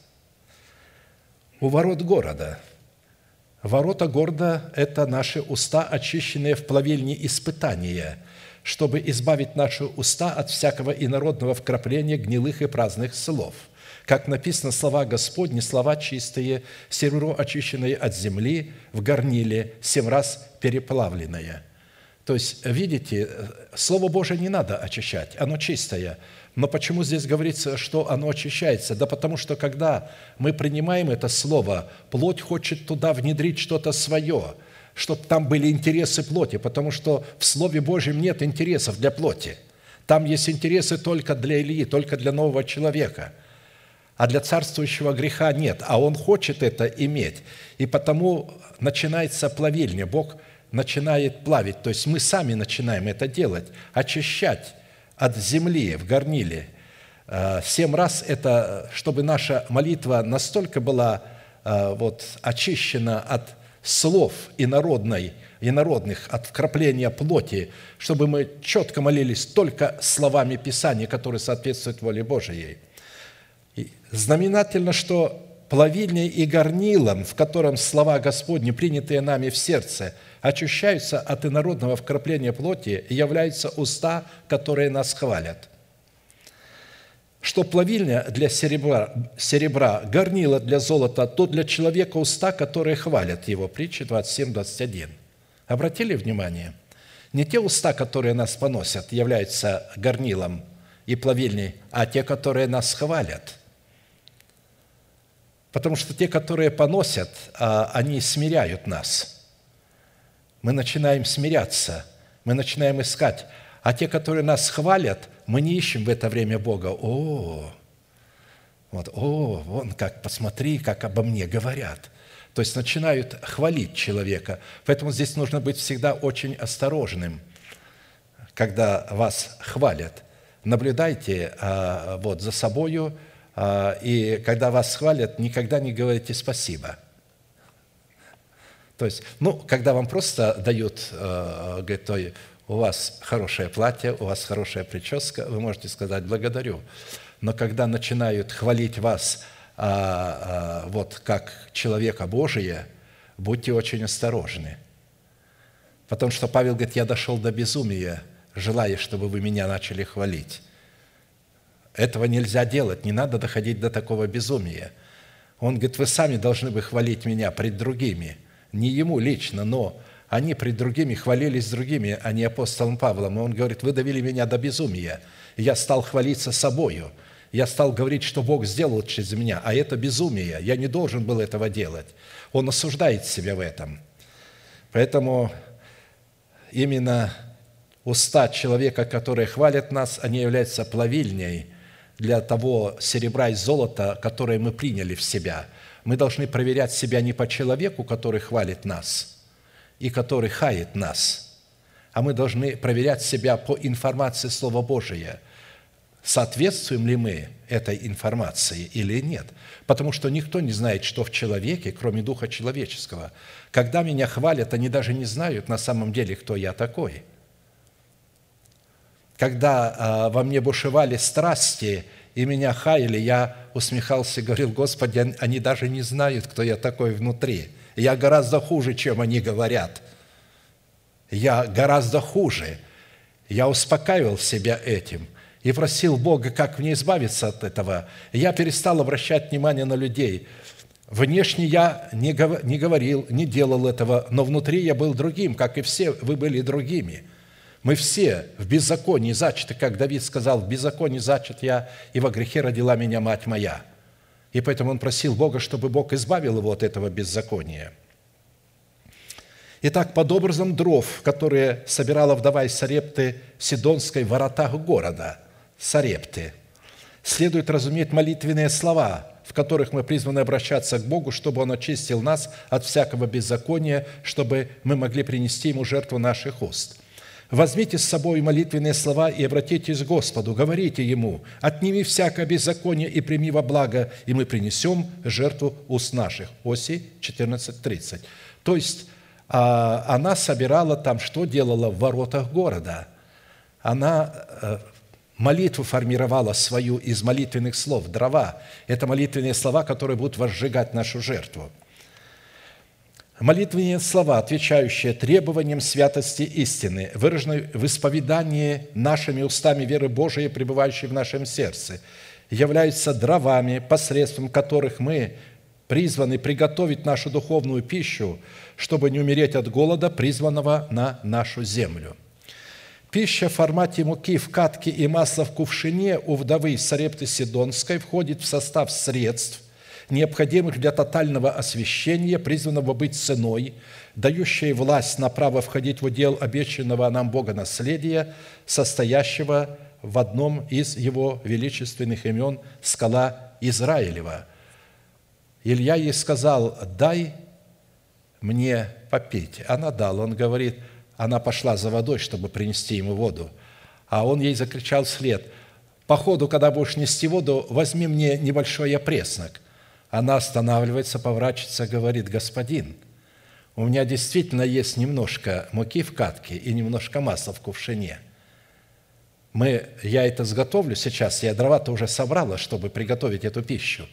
У ворот города. Ворота города – это наши уста, очищенные в плавильне испытания, чтобы избавить наши уста от всякого инородного вкрапления гнилых и праздных слов. Как написано: слова Господни, слова чистые, серебро очищенное от земли, в горниле, семь раз переплавленное. То есть, видите, Слово Божие не надо очищать, оно чистое. Но почему здесь говорится, что оно очищается? Да потому что, когда мы принимаем это Слово, плоть хочет туда внедрить что-то свое, чтобы там были интересы плоти, потому что в Слове Божьем нет интересов для плоти. Там есть интересы только для Ильи, только для нового человека. А для царствующего греха нет, а он хочет это иметь. И потому начинается плавильня. Бог начинает плавить, то есть мы сами начинаем это делать, очищать от земли в горниле. Семь раз это, чтобы наша молитва настолько была вот, очищена от слов инородной, инородных, от вкрапления плоти, чтобы мы четко молились только словами Писания, которые соответствуют воле Божией. И знаменательно, что плавильней и горнилом, в котором слова Господни, принятые нами в сердце, очищаются от инородного вкрапления плоти, и являются уста, которые нас хвалят. Что плавильня для серебра, серебра, горнило для золота, то для человека уста, которые хвалят его. Притча двадцать семь двадцать один. Обратили внимание? Не те уста, которые нас поносят, являются горнилом и плавильней, а те, которые нас хвалят. Потому что те, которые поносят, они смиряют нас. Мы начинаем смиряться, мы начинаем искать. А те, которые нас хвалят, мы не ищем в это время Бога. О, вот, о, вон как, посмотри, как обо мне говорят. То есть начинают хвалить человека. Поэтому здесь нужно быть всегда очень осторожным, когда вас хвалят. Наблюдайте а, вот, за собою, а, и когда вас хвалят, никогда не говорите «спасибо». То есть, ну, когда вам просто дают, а, говорят, ой, у вас хорошее платье, у вас хорошая прическа, вы можете сказать «благодарю». Но когда начинают хвалить вас а, а, вот как человека Божия, будьте очень осторожны. Потому что Павел говорит, я дошел до безумия, желая, чтобы вы меня начали хвалить. Этого нельзя делать, не надо доходить до такого безумия. Он говорит, вы сами должны бы хвалить меня пред другими, не ему лично, но они пред другими хвалились другими, а не апостолом Павлом. И он говорит, вы довели меня до безумия. Я стал хвалиться собою. Я стал говорить, что Бог сделал через меня, а это безумие. Я не должен был этого делать. Он осуждает себя в этом. Поэтому именно уста человека, которые хвалят нас, они являются плавильней для того серебра и золота, которое мы приняли в себя. Мы должны проверять себя не по человеку, который хвалит нас и который хает нас, а мы должны проверять себя по информации Слова Божия. Соответствуем ли мы этой информации или нет? Потому что никто не знает, что в человеке, кроме духа человеческого. Когда меня хвалят, они даже не знают на самом деле, кто я такой. Когда а, во мне бушевали страсти и меня хаяли, я усмехался и говорил, Господи, они даже не знают, кто я такой внутри. Я гораздо хуже, чем они говорят. Я гораздо хуже. Я успокаивал себя этим и просил Бога, как мне избавиться от этого. Я перестал обращать внимание на людей. Внешне я не говорил, не делал этого, но внутри я был другим, как и все вы были другими. Мы все в беззаконии зачаты, как Давид сказал, в беззаконии зачат я, и во грехе родила меня мать моя. И поэтому он просил Бога, чтобы Бог избавил его от этого беззакония. Итак, под образом дров, которые собирала вдова из Сарепты Сидонской в воротах города, Сарепты, следует разуметь молитвенные слова, в которых мы призваны обращаться к Богу, чтобы Он очистил нас от всякого беззакония, чтобы мы могли принести Ему жертву наших уст. Возьмите с собой молитвенные слова и обратитесь к Господу, говорите Ему, «Отними всякое беззаконие и прими во благо, и мы принесем жертву уст наших». Осий четырнадцать тридцать. То есть, она собирала там, что делала в воротах города? Она молитву формировала свою из молитвенных слов, дрова. Это молитвенные слова, которые будут возжигать нашу жертву. Молитвенные слова, отвечающие требованиям святости истины, выраженные в исповедании нашими устами веры Божией, пребывающей в нашем сердце, являются дровами, посредством которых мы призваны приготовить нашу духовную пищу, чтобы не умереть от голода, призванного на нашу землю. Пища в формате муки в катке и масла в кувшине у вдовы Сарепты Сидонской входит в состав средств, необходимых для тотального освящения, призванного быть ценой, дающей власть на право входить в удел обещанного нам Бога наследия, состоящего в одном из Его величественных имен «Скала Израилева». Илья ей сказал, дай мне попить. Она дала. Он говорит, она пошла за водой, чтобы принести ему воду. А он ей закричал вслед, по ходу, когда будешь нести воду, возьми мне небольшой опреснок. Она останавливается, поворачивается, говорит, господин, у меня действительно есть немножко муки в катке и немножко масла в кувшине. Мы, я это сготовлю сейчас, я дрова-то уже собрала, чтобы приготовить эту пищу.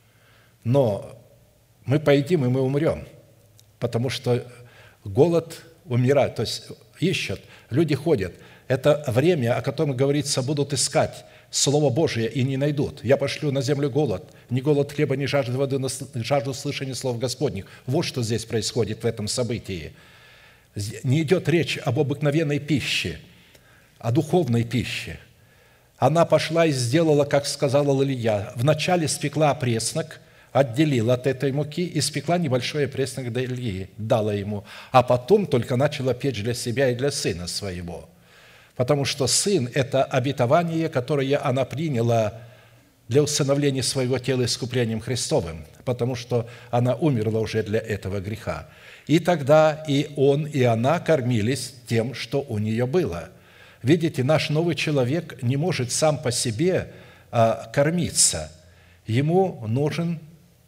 Но мы поедим, и мы умрем, потому что голод умирает, то есть ищут, люди ходят. Это время, о котором говорится, будут искать Слово Божие и не найдут. Я пошлю на землю голод, ни голод хлеба, ни жажду воды, но жажду слышания слов Господних. Вот что здесь происходит в этом событии. Не идет речь об обыкновенной пище, о духовной пище. Она пошла и сделала, как сказала Илья. Вначале спекла опреснок, отделила от этой муки, испекла небольшое пресно для Ильи, дала ему, а потом только начала печь для себя и для сына своего. Потому что сын – это обетование, которое она приняла для усыновления своего тела искуплением Христовым, потому что она умерла уже для этого греха. И тогда и он, и она кормились тем, что у нее было. Видите, наш новый человек не может сам по себе а, кормиться. Ему нужен,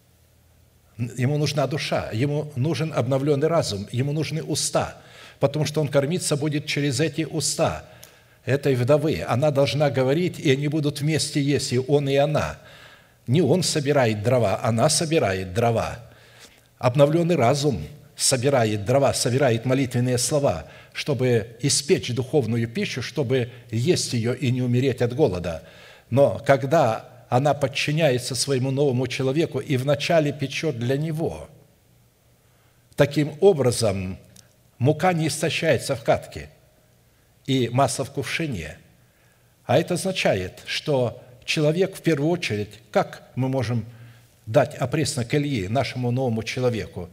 ему нужна душа, ему нужен обновленный разум, ему нужны уста, потому что он кормиться будет через эти уста этой вдовы. Она должна говорить, и они будут вместе есть, и он, и она. Не он собирает дрова, она собирает дрова. Обновленный разум собирает дрова, собирает молитвенные слова, чтобы испечь духовную пищу, чтобы есть ее и не умереть от голода. Но когда она подчиняется своему новому человеку и вначале печет для него, таким образом мука не истощается в катке и масло в кувшине. А это означает, что человек в первую очередь, как мы можем дать опреснок Ильи нашему новому человеку?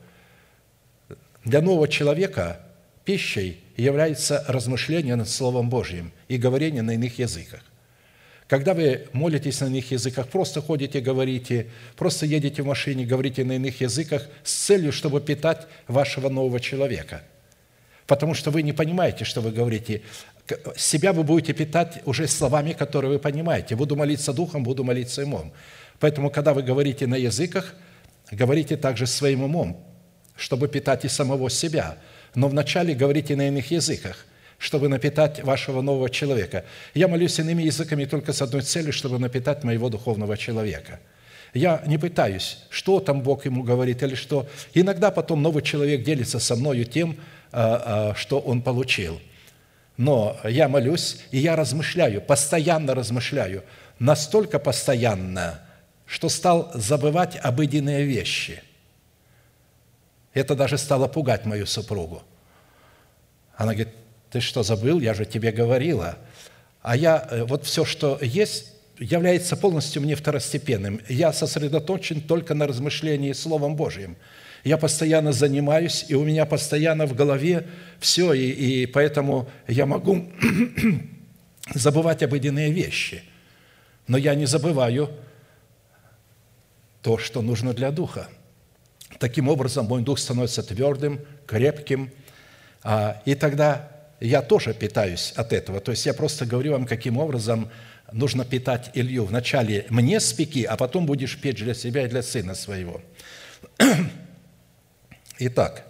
Для нового человека пищей является размышление над Словом Божьим и говорение на иных языках. Когда вы молитесь на иных языках, просто ходите, говорите, просто едете в машине, говорите на иных языках с целью, чтобы питать вашего нового человека. Потому что вы не понимаете, что вы говорите. Себя вы будете питать уже словами, которые вы понимаете. Буду молиться духом, буду молиться умом. Поэтому, когда вы говорите на языках, говорите также своим умом, чтобы питать и самого себя. Но вначале говорите на иных языках, чтобы напитать вашего нового человека. Я молюсь иными языками только с одной целью, чтобы напитать моего духовного человека. Я не пытаюсь, что там Бог ему говорит или что. Иногда потом новый человек делится со мною тем, что он получил. Но я молюсь, и я размышляю, постоянно размышляю, настолько постоянно, что стал забывать обыденные вещи. Это даже стало пугать мою супругу. Она говорит: ты что, забыл? Я же тебе говорила. А я, вот все, что есть, является полностью мне второстепенным. Я сосредоточен только на размышлении Словом Божьим. Я постоянно занимаюсь, и у меня постоянно в голове все, и, и поэтому я могу забывать обыденные вещи. Но я не забываю то, что нужно для духа. Таким образом, мой дух становится твердым, крепким, и тогда я тоже питаюсь от этого. То есть я просто говорю вам, каким образом нужно питать Илью. Вначале мне спеки, а потом будешь печь для себя и для сына своего. Итак,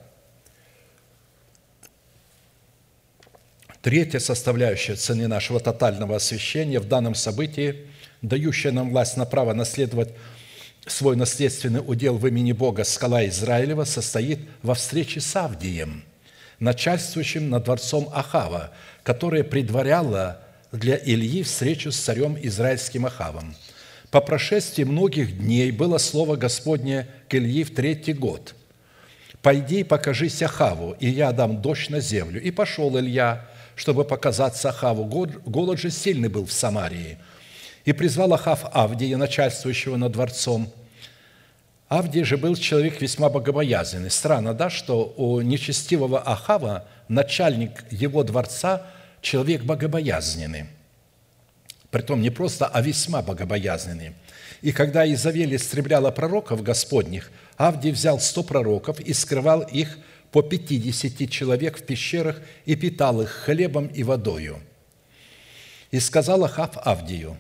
третья составляющая цены нашего тотального освящения в данном событии, дающая нам власть на право наследовать свой наследственный удел в имени Бога, скала Израилева, состоит во встрече с Авдием, начальствующим над дворцом Ахава, которое предваряло для Ильи встречу с царем израильским Ахавом. По прошествии многих дней было слово Господне к Ильи в третий год: «Пойди и покажись Ахаву, и я дам дождь на землю». И пошел Илья, чтобы показаться Ахаву. Голод же сильный был в Самарии. И призвал Ахав Авдия, начальствующего над дворцом. Авдий же был человек весьма богобоязненный. Странно, да, что у нечестивого Ахава начальник его дворца человек богобоязненный. Притом не просто, а весьма богобоязненный. И когда Изавель истребляла пророков Господних, Авдий взял сто пророков и скрывал их по пятидесяти человек в пещерах и питал их хлебом и водою. И сказал Ахав Авдию: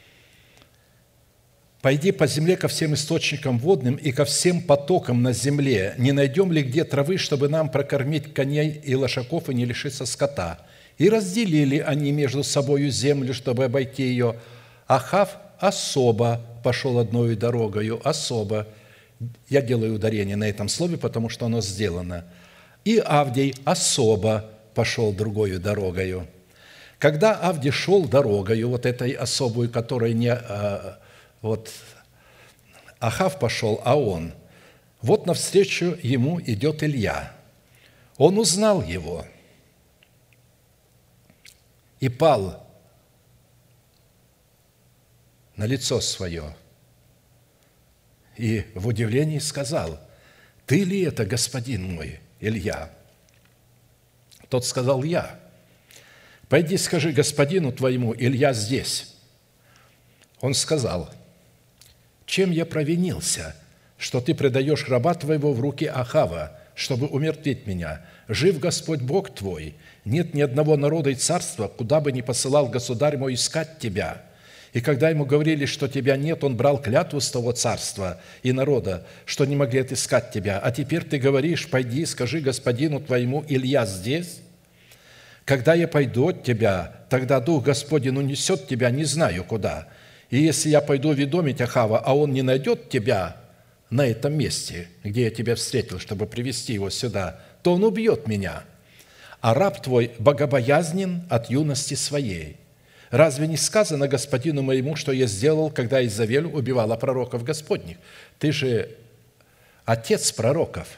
«Пойди по земле ко всем источникам водным и ко всем потокам на земле. Не найдем ли где травы, чтобы нам прокормить коней и лошаков и не лишиться скота?» И разделили они между собою землю, чтобы обойти ее. Ахав особо пошел одною дорогою, особо. Я делаю ударение на этом слове, потому что оно сделано. И Авдий особо пошел другою дорогою. Когда Авдий шел дорогою, вот этой особую, которая не... Вот Ахав пошел, а он. Вот навстречу ему идет Илья. Он узнал его и пал на лицо свое и в удивлении сказал: «Ты ли это, господин мой, Илья?» Тот сказал: «Я». «Пойди, скажи господину твоему: Илья здесь». Он сказал: «Чем я провинился, что ты предаешь раба твоего в руки Ахава, чтобы умертвить меня? Жив Господь Бог твой, нет ни одного народа и царства, куда бы ни посылал государь мой искать тебя». И когда ему говорили, что тебя нет, он брал клятву с того царства и народа, что не могли отыскать тебя. А теперь ты говоришь: пойди, скажи господину твоему: Илья здесь. Когда я пойду от тебя, тогда Дух Господень унесет тебя не знаю куда. И если я пойду ведомить Ахава, а он не найдет тебя на этом месте, где я тебя встретил, чтобы привести его сюда, то он убьет меня. А раб твой богобоязнен от юности своей. Разве не сказано господину моему, что я сделал, когда Изавель убивала пророков Господних? Ты же отец пророков.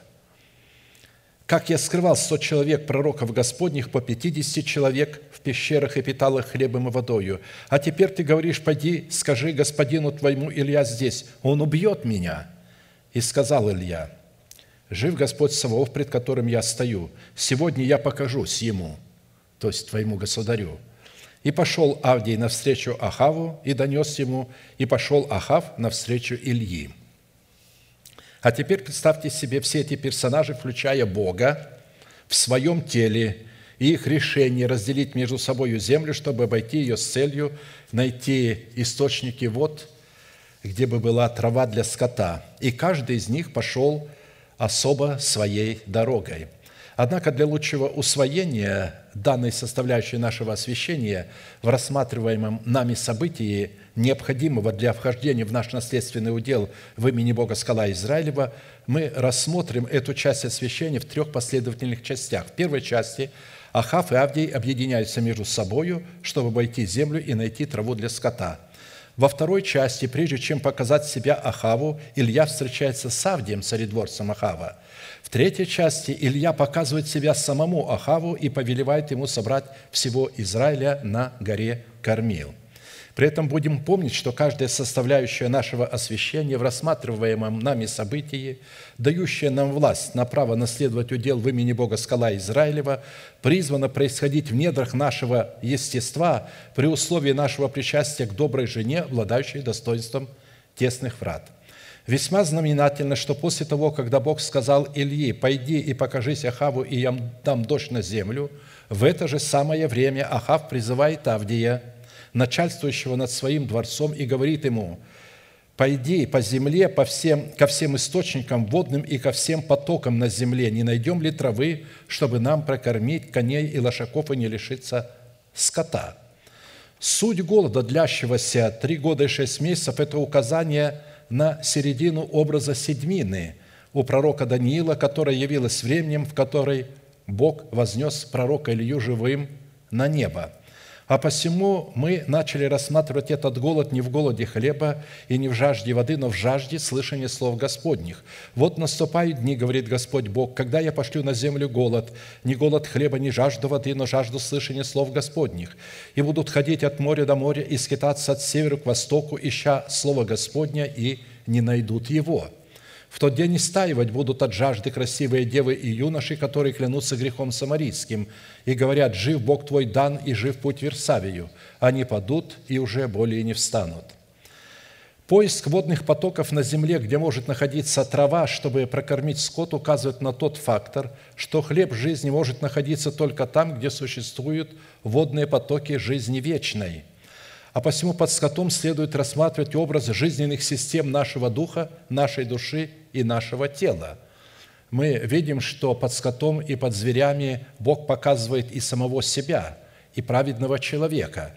Как я скрывал сто человек пророков Господних по пятидесяти человек в пещерах и питал их хлебом и водою. А теперь ты говоришь: пойди, скажи господину твоему: Илья здесь, он убьет меня. И сказал Илья: жив Господь Саваоф, пред которым я стою, сегодня я покажусь ему, то есть твоему государю. И пошел Авдий навстречу Ахаву и донес ему, и пошел Ахав навстречу Ильи. А теперь представьте себе все эти персонажи, включая Бога, в своем теле и их решение разделить между собой землю, чтобы обойти ее с целью найти источники вод, где бы была трава для скота. И каждый из них пошел особо своей дорогой. Однако для лучшего усвоения данной составляющей нашего освящения в рассматриваемом нами событии, необходимого для вхождения в наш наследственный удел в имени Бога скала Израилева, мы рассмотрим эту часть освящения в трех последовательных частях. В первой части Ахав и Авдий объединяются между собою, чтобы обойти землю и найти траву для скота. Во второй части, прежде чем показать себя Ахаву, Илья встречается с Авдием, царедворцем Ахава. В третьей части Илья показывает себя самому Ахаву и повелевает ему собрать всего Израиля на горе Кармил. При этом будем помнить, что каждая составляющая нашего освящения в рассматриваемом нами событии, дающая нам власть на право наследовать удел в имени Бога скала Израилева, призвана происходить в недрах нашего естества при условии нашего причастия к доброй жене, обладающей достоинством тесных врат. Весьма знаменательно, что после того, когда Бог сказал Ильи: «Пойди и покажись Ахаву, и я дам дождь на землю», в это же самое время Ахав призывает Авдия, начальствующего над своим дворцом, и говорит ему: «Пойди по земле по всем, ко всем источникам водным и ко всем потокам на земле, не найдем ли травы, чтобы нам прокормить коней и лошаков и не лишиться скота». Суть голода, длящегося три года и шесть месяцев, это указание на середину образа седьмины у пророка Даниила, которая явилась временем, в которой Бог вознес пророка Илью живым на небо. А посему мы начали рассматривать этот голод не в голоде хлеба и не в жажде воды, но в жажде слышания слов Господних. «Вот наступают дни, — говорит Господь Бог, — когда я пошлю на землю голод, не голод хлеба, не жажду воды, но жажду слышания слов Господних. И будут ходить от моря до моря и скитаться от севера к востоку, ища слово Господня, и не найдут его. В тот день истаивать будут от жажды красивые девы и юноши, которые клянутся грехом самарийским, и говорят: жив Бог твой Дан, и жив путь Версавию. Они падут и уже более не встанут». Поиск водных потоков на земле, где может находиться трава, чтобы прокормить скот, указывает на тот фактор, что хлеб жизни может находиться только там, где существуют водные потоки жизни вечной. А посему под скотом следует рассматривать образ жизненных систем нашего духа, нашей души и нашего тела. Мы видим, что под скотом и под зверями Бог показывает и самого себя, и праведного человека.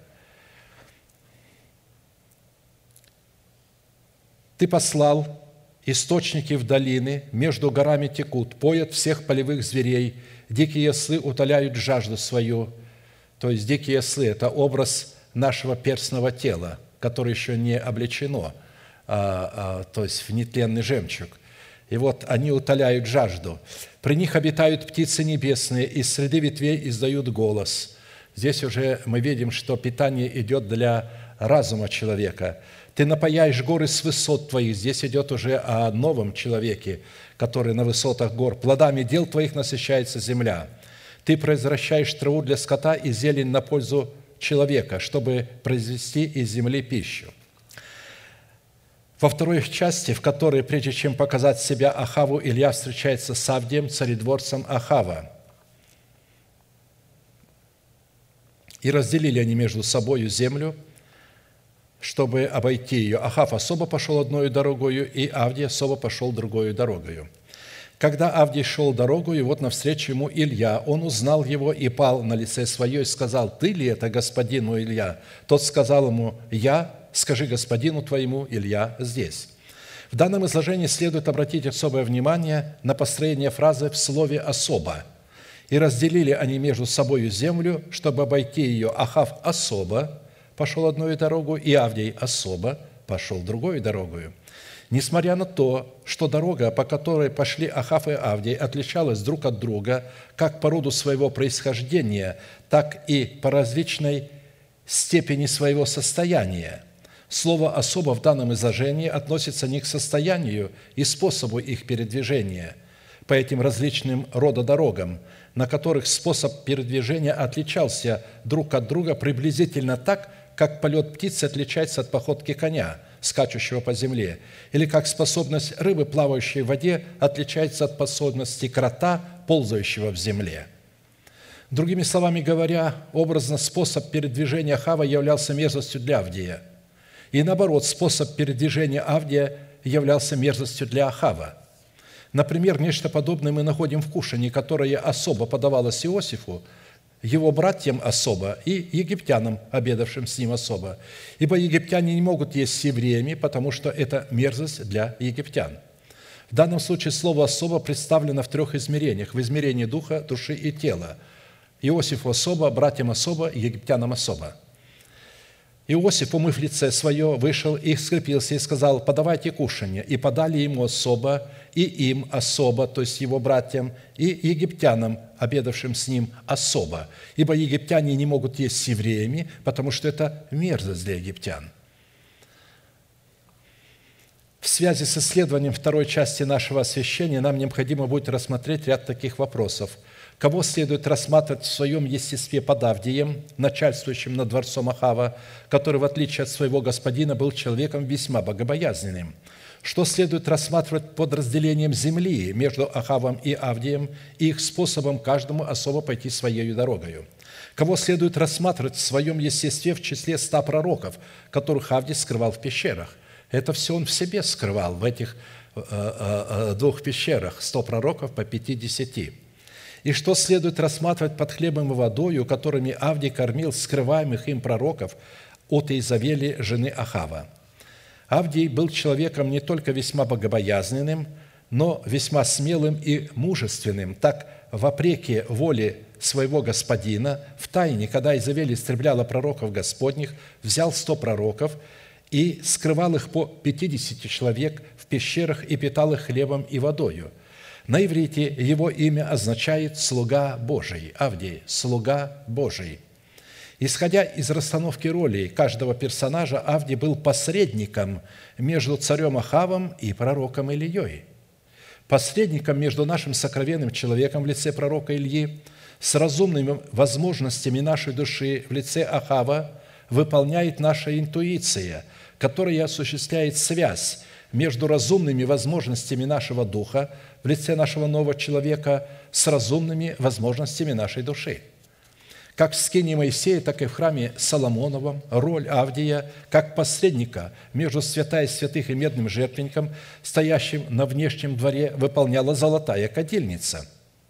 «Ты послал, источники в долины, между горами текут, поят всех полевых зверей, дикие ослы утоляют жажду свою». То есть дикие ослы – это образ нашего перстного тела, которое еще не облечено, а, а, то есть в нетленный жемчуг. И вот они утоляют жажду. «При них обитают птицы небесные, из среды ветвей издают голос». Здесь уже мы видим, что питание идет для разума человека. Ты напаяешь горы с высот твоих». Здесь идет уже о новом человеке, который на высотах гор. «Плодами дел твоих насыщается земля. Ты произвращаешь траву для скота и зелень на пользу человека, чтобы произвести из земли пищу». Во второй части, в которой, прежде чем показать себя Ахаву, Илья встречается с Авдием, царедворцем Ахава. «И разделили они между собою землю, чтобы обойти ее. Ахав особо пошел одною дорогою, и Авдий особо пошел другою дорогою. Когда Авдий шел дорогою, вот навстречу ему Илья. Он узнал его и пал на лице свое и сказал: «Ты ли это, господину Илья?» Тот сказал ему: «Я, скажи господину твоему, Илья здесь». В данном изложении следует обратить особое внимание на построение фразы в слове «особо». «И разделили они между собою землю, чтобы обойти ее. Ахав особо пошел одной дорогой, и Авдий особо пошел другой дорогою». Несмотря на то, что дорога, по которой пошли Ахав и Авдий, отличалась друг от друга как по роду своего происхождения, так и по различной степени своего состояния, слово «особо» в данном изложении относится не к состоянию и способу их передвижения по этим различным рода дорогам, на которых способ передвижения отличался друг от друга приблизительно так, как полет птицы отличается от походки коня, скачущего по земле, или как способность рыбы, плавающей в воде, отличается от способности крота, ползающего в земле. Другими словами говоря, образно способ передвижения Ахава являлся мерзостью для Авдия, и наоборот, способ передвижения Авдия являлся мерзостью для Ахава. Например, нечто подобное мы находим в кушании, которое особо подавалось Иосифу, его братьям особо и египтянам, обедавшим с ним особо. Ибо египтяне не могут есть с евреями, потому что это мерзость для египтян. В данном случае слово «особо» представлено в трех измерениях. В измерении духа, души и тела. Иосифу особо, братьям особо, египтянам особо. Иосиф, умыв лице свое, вышел и скрепился и сказал: «Подавайте кушанье». И подали ему особо, и им особо, то есть его братьям, и египтянам, обедавшим с ним, особо. Ибо египтяне не могут есть с евреями, потому что это мерзость для египтян. В связи с исследованием второй части нашего освящения нам необходимо будет рассмотреть ряд таких вопросов. Кого следует рассматривать в своем естестве под Авдием, начальствующим над дворцом Ахава, который, в отличие от своего господина, был человеком весьма богобоязненным? Что следует рассматривать под разделением земли между Ахавом и Авдием и их способом каждому особо пойти своей дорогою? Кого следует рассматривать в своем естестве в числе ста пророков, которых Авдий скрывал в пещерах? Это все он в себе скрывал, в этих э, э, двух пещерах, сто пророков по пятидесяти. И что следует рассматривать под хлебом и водою, которыми Авдий кормил скрываемых им пророков от Иезавели, жены Ахава? Авдий был человеком не только весьма богобоязненным, но весьма смелым и мужественным. Так, вопреки воле своего господина, в тайне, когда Иезавель истребляла пророков Господних, взял сто пророков и скрывал их по пятидесяти человек в пещерах и питал их хлебом и водою. На иврите его имя означает «слуга Божий». Авдий – «слуга Божий». Исходя из расстановки ролей каждого персонажа, Авдий был посредником между царем Ахавом и пророком Ильей. Посредником между нашим сокровенным человеком в лице пророка Ильи с разумными возможностями нашей души в лице Ахава выполняет наша интуиция, которая осуществляет связь между разумными возможностями нашего духа в лице нашего нового человека с разумными возможностями нашей души. Как в скинии Моисея, так и в храме Соломоновом роль Авдия как посредника между святая святых и медным жертвенником, стоящим на внешнем дворе, выполняла золотая кадильница.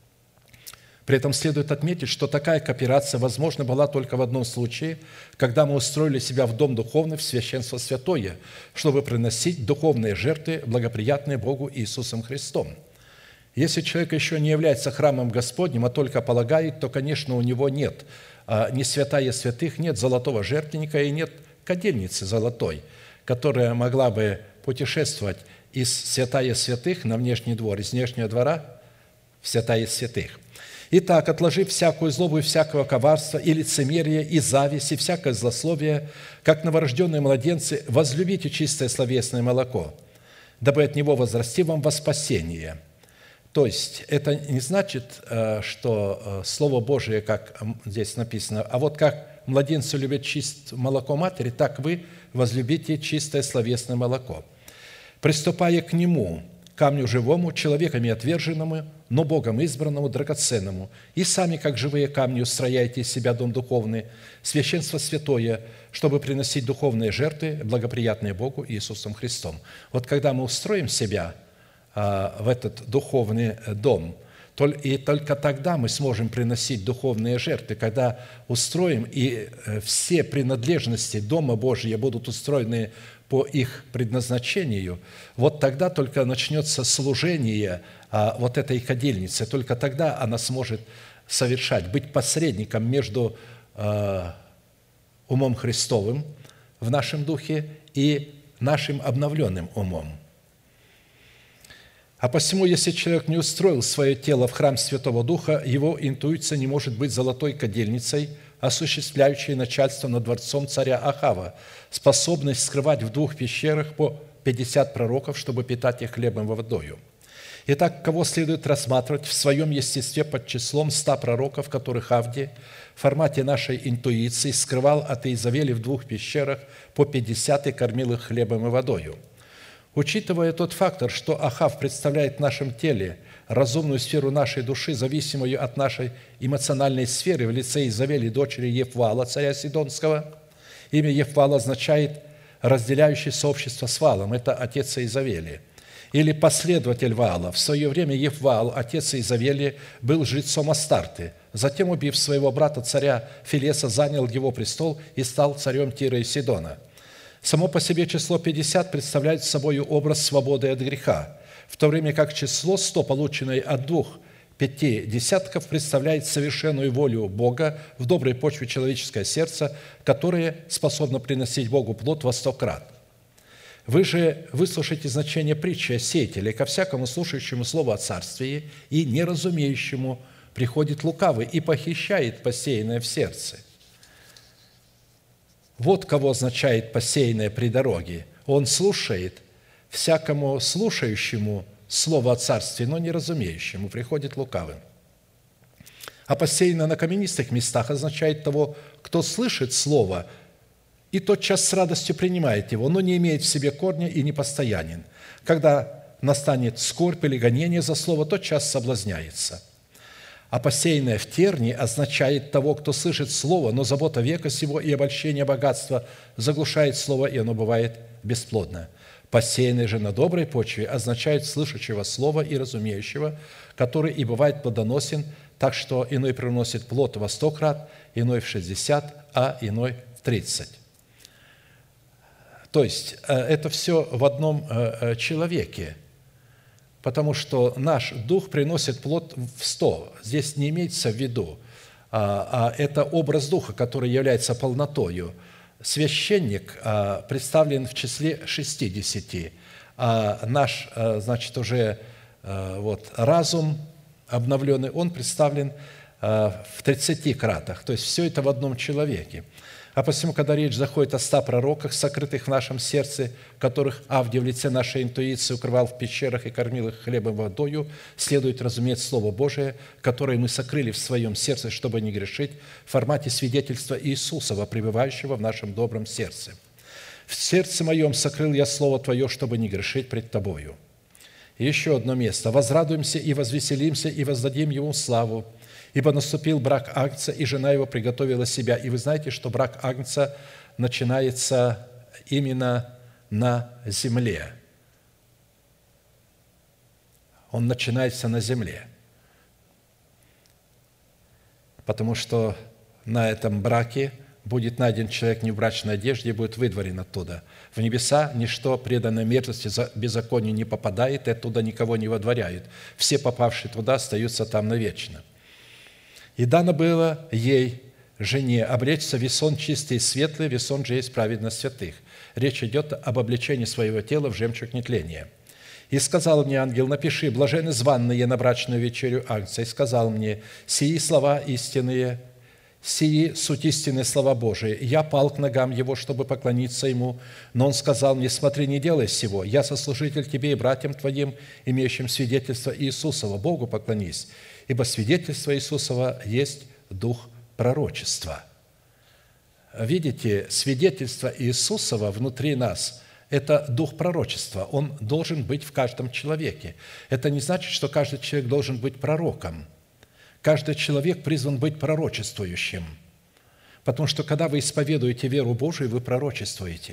При этом следует отметить, что такая кооперация возможна была только в одном случае, когда мы устроили себя в дом духовный, в священство святое, чтобы приносить духовные жертвы, благоприятные Богу Иисусом Христом. Если человек еще не является храмом Господним, а только полагает, то, конечно, у него нет ни святая святых, нет золотого жертвенника и нет кадильницы золотой, которая могла бы путешествовать из святая святых на внешний двор, из внешнего двора в святая святых. Итак, отложив всякую злобу и всякого коварства, и лицемерие, и зависть, и всякое злословие, как новорожденные младенцы, возлюбите чистое словесное молоко, дабы от него возрасти вам во спасение». То есть, это не значит, что Слово Божие, как здесь написано, а вот как младенцы любят чистое молоко матери, так вы возлюбите чистое словесное молоко. «Приступая к нему, камню живому, человеками отверженному, но Богом избранному, драгоценному, и сами, как живые камни, устрояете из себя дом духовный, священство святое, чтобы приносить духовные жертвы, благоприятные Богу Иисусом Христом». Вот когда мы устроим себя а, в этот духовный дом, и только тогда мы сможем приносить духовные жертвы, когда устроим, и все принадлежности Дома Божия будут устроены по их предназначению, вот тогда только начнется служение а, вот этой кадильницы, только тогда она сможет совершать, быть посредником между а, умом Христовым в нашем духе и нашим обновленным умом. А посему, если человек не устроил свое тело в храм Святого Духа, его интуиция не может быть золотой кадильницей, осуществляющей начальство над дворцом царя Ахава, способность скрывать в двух пещерах по пятьдесят пророков, чтобы питать их хлебом и водою. Итак, кого следует рассматривать в своем естестве под числом ста пророков, которых Авдий в формате нашей интуиции скрывал от Иезавели в двух пещерах по пятьдесят и кормил их хлебом и водою. Учитывая тот фактор, что Ахав представляет в нашем теле разумную сферу нашей души, зависимую от нашей эмоциональной сферы в лице Иезавели, дочери Ефвала, царя Сидонского. Имя Ефвал означает «разделяющий сообщество с Ваалом». Это отец Иезавели. Или последователь Ваала. В свое время Ефвал, отец Иезавели, был жрецом Астарты. Затем, убив своего брата царя Филеса, занял его престол и стал царем Тира и Сидона. Само по себе число пятьдесят представляет собой образ свободы от греха, в то время как число сто, полученное от двух пяти десятков, представляет совершенную волю Бога в доброй почве человеческое сердце, которое способно приносить Богу плод во сто крат. Вы же выслушайте значение притчи о сеятеле: ко всякому слушающему слово о царствии и неразумеющему приходит лукавый и похищает посеянное в сердце. Вот кого означает посеянное при дороге. Он слушает, всякому слушающему слово о царстве, но не разумеющему приходит лукавым. А посеянное на каменистых местах означает того, кто слышит слово и тотчас с радостью принимает его, но не имеет в себе корня и не постоянен. Когда настанет скорбь или гонение за слово, тотчас соблазняется. А посеянное в тернии означает того, кто слышит слово, но забота века сего и обольщение богатства заглушает слово, и оно бывает бесплодно. Посеянное же на доброй почве означает слышащего слова и разумеющего, который и бывает плодоносен, так что иной приносит плод во сто крат, иной в шестьдесят, а иной в тридцать. То есть это все в одном человеке, потому что наш дух приносит плод в сто. Здесь не имеется в виду, а это образ духа, который является полнотою. Священник представлен в числе шестидесяти, а наш, значит, уже вот, разум обновленный, он представлен в тридцати кратах. То есть все это в одном человеке. А посему, когда речь заходит о ста пророках, сокрытых в нашем сердце, которых Авдий в лице нашей интуиции укрывал в пещерах и кормил их хлебом и водою, следует разуметь Слово Божие, которое мы сокрыли в своем сердце, чтобы не грешить, в формате свидетельства Иисусова, пребывающего в нашем добром сердце. «В сердце моем сокрыл я Слово Твое, чтобы не грешить пред Тобою». И еще одно место. «Возрадуемся и возвеселимся, и воздадим Ему славу, ибо наступил брак Агнца, и жена его приготовила себя». И вы знаете, что брак Агнца начинается именно на земле. Он начинается на земле. Потому что на этом браке будет найден человек не в брачной одежде и будет выдворен оттуда. В небеса ничто преданной мерзости беззаконию не попадает, и оттуда никого не водворяют. Все, попавшие туда, остаются там навечно. «И дано было ей, жене, облечься в весон чистый и светлый, весон же есть праведность святых». Речь идет об облечении своего тела в жемчуг нетления. И сказал мне ангел: напиши: блаженны званные на брачную вечерю Агнца. И сказал мне: сии слова истинные, сии суть истинные слова Божии. Я пал к ногам его, чтобы поклониться ему, но он сказал мне: смотри, не делай сего, я сослужитель тебе и братьям твоим, имеющим свидетельство Иисусова, Богу поклонись, ибо свидетельство Иисусова есть дух пророчества». Видите, свидетельство Иисусова внутри нас – это дух пророчества. Он должен быть в каждом человеке. Это не значит, что каждый человек должен быть пророком. Каждый человек призван быть пророчествующим. Потому что, когда вы исповедуете веру Божию, вы пророчествуете.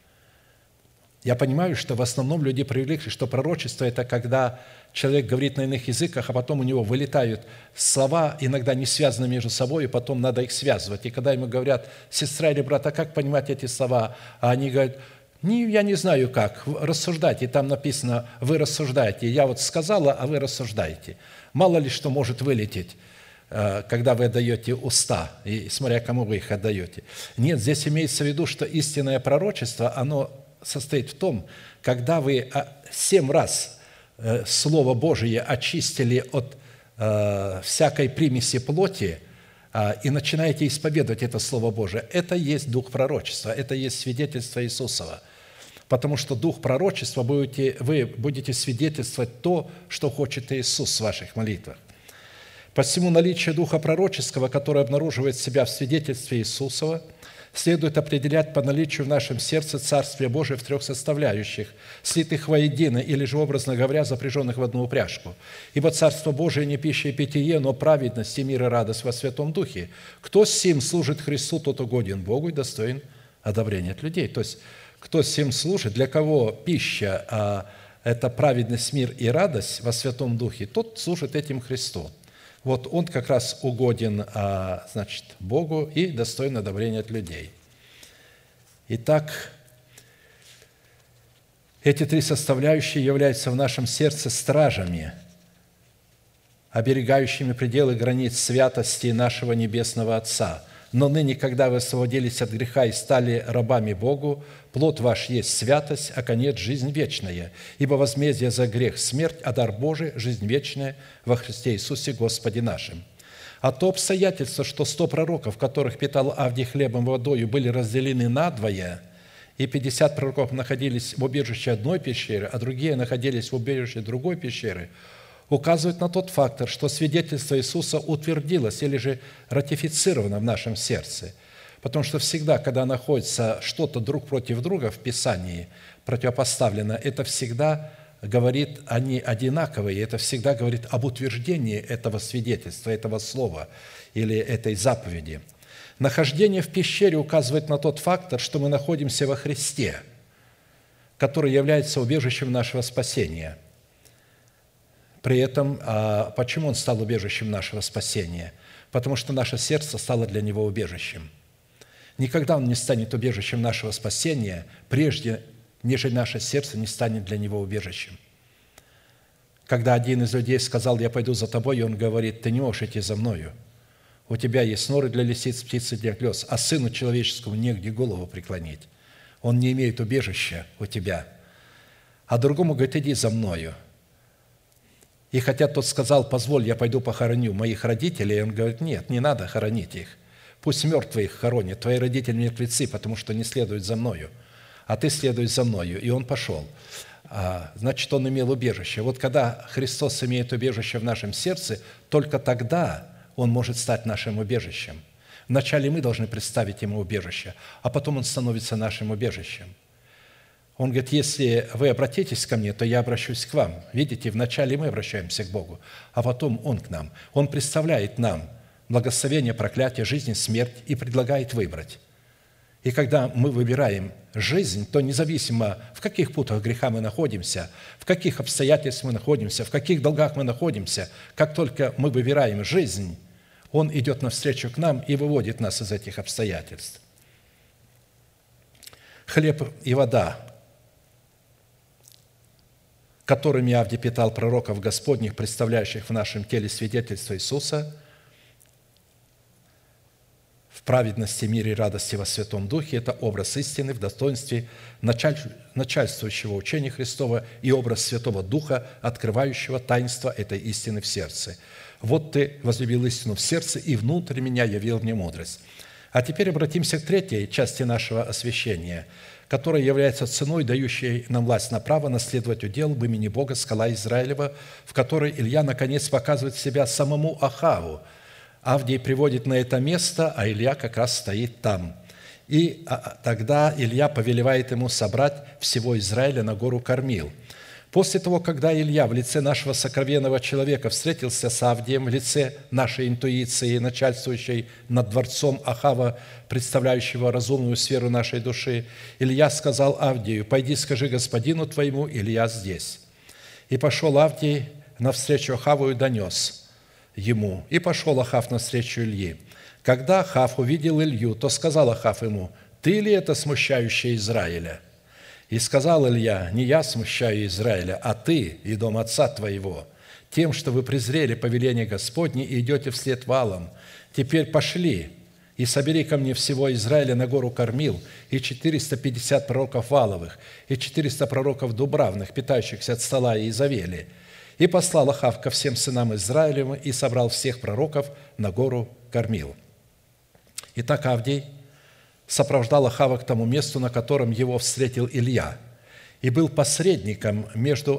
Я понимаю, что в основном люди привыкли, что пророчество – это когда человек говорит на иных языках, а потом у него вылетают слова, иногда не связанные между собой, и потом надо их связывать. И когда ему говорят: сестра или брат, а как понимать эти слова? А они говорят: не, я не знаю как, рассуждайте. Там написано: вы рассуждаете. Я вот сказала, а вы рассуждаете. Мало ли что может вылететь, когда вы отдаете уста, и смотря кому вы их отдаете. Нет, здесь имеется в виду, что истинное пророчество, оно состоит в том, когда вы семь раз Слово Божие очистили от всякой примеси плоти и начинаете исповедовать это Слово Божие. Это есть дух пророчества, это есть свидетельство Иисусова. Потому что дух пророчества, будете, вы будете свидетельствовать то, что хочет Иисус в ваших молитвах. Посему наличие духа пророческого, которое обнаруживает себя в свидетельстве Иисусова, следует определять по наличию в нашем сердце Царствия Божия в трех составляющих, слитых воедино, или же, образно говоря, запряженных в одну упряжку. Ибо Царство Божие не пища и питье, но праведность и мир и радость во Святом Духе. Кто сим служит Христу, тот угоден Богу и достоин одобрения от людей. То есть, кто сим служит, для кого пища а, – это праведность, мир и радость во Святом Духе, тот служит этим Христу. Вот он как раз угоден, значит, Богу и достоин одобрения от людей. Итак, эти три составляющие являются в нашем сердце стражами, оберегающими пределы границ святости нашего Небесного Отца. Но ныне, когда вы освободились от греха и стали рабами Богу, плод ваш есть святость, а конец – жизнь вечная. Ибо возмездие за грех – смерть, а дар Божий – жизнь вечная во Христе Иисусе Господе нашим. А то обстоятельство, что сто пророков, которых питал Авдий хлебом и водою, были разделены надвое, и пятьдесят пророков находились в убежище одной пещеры, а другие находились в убежище другой пещеры, указывает на тот фактор, что свидетельство Иисуса утвердилось или же ратифицировано в нашем сердце. Потому что всегда, когда находится что-то друг против друга в Писании противопоставлено, это всегда говорит, они одинаковые, это всегда говорит об утверждении этого свидетельства, этого слова или этой заповеди. Нахождение в пещере указывает на тот фактор, что мы находимся во Христе, который является убежищем нашего спасения. При этом, почему Он стал убежищем нашего спасения? Потому что наше сердце стало для Него убежищем. Никогда Он не станет убежищем нашего спасения, прежде, нежели наше сердце не станет для Него убежищем. Когда один из людей сказал: «Я пойду за тобой», и он говорит: «Ты не можешь идти за мною. У тебя есть норы для лисиц, птицы для гнезд, а сыну человеческому негде голову преклонить. Он не имеет убежища у тебя». А другому говорит: «Иди за мною». И хотя тот сказал: «Позволь, я пойду похороню моих родителей», он говорит: «Нет, не надо хоронить их. Пусть мертвые их хоронят. Твои родители мертвецы, потому что не следуют за мною, а ты следуй за мною». И он пошел. Значит, он имел убежище. Вот когда Христос имеет убежище в нашем сердце, только тогда Он может стать нашим убежищем. Вначале мы должны представить Ему убежище, а потом Он становится нашим убежищем. Он говорит: если вы обратитесь ко мне, то я обращусь к вам. Видите, вначале мы обращаемся к Богу, а потом Он к нам. Он представляет нам благословение, проклятие, жизнь, смерть и предлагает выбрать. И когда мы выбираем жизнь, то независимо, в каких путах греха мы находимся, в каких обстоятельствах мы находимся, в каких долгах мы находимся, как только мы выбираем жизнь, Он идет навстречу к нам и выводит нас из этих обстоятельств. Хлеб и вода, которыми Авдий питал пророков Господних, представляющих в нашем теле свидетельство Иисуса, в праведности, мире и радости во Святом Духе. Это образ истины в достоинстве начальствующего учения Христова и образ Святого Духа, открывающего таинство этой истины в сердце. Вот ты возлюбил истину в сердце, и внутрь меня явил мне мудрость. А теперь обратимся к третьей части нашего освящения, которая является ценой, дающей нам власть на право наследовать удел в имени Бога, скала Израилева, в которой Илья, наконец, показывает себя самому Ахаву. Авдий приводит на это место, а Илья как раз стоит там. И тогда Илья повелевает ему собрать всего Израиля на гору Кармил. После того, когда Илья в лице нашего сокровенного человека встретился с Авдием, в лице нашей интуиции, начальствующей над дворцом Ахава, представляющего разумную сферу нашей души, Илья сказал Авдию: «Пойди, скажи господину твоему, Илья здесь». И пошел Авдий навстречу Ахаву и донес ему. И пошел Ахав навстречу Ильи. Когда Ахав увидел Илью, то сказал Ахав ему: «Ты ли это смущающий Израиля?» И сказал Илья: «Не я смущаю Израиля, а ты и дом отца твоего, тем, что вы презрели повеление Господне и идете вслед валам. Теперь пошли и собери ко мне всего Израиля на гору Кармил, и четыреста пятьдесят пророков валовых, и четыреста пророков дубравных, питающихся от стола и изавели». И послал Ахав ко всем сынам Израилевым и собрал всех пророков на гору Кармил. Итак, Авдий сопровождал Ахава к тому месту, на котором его встретил Илья, и был посредником между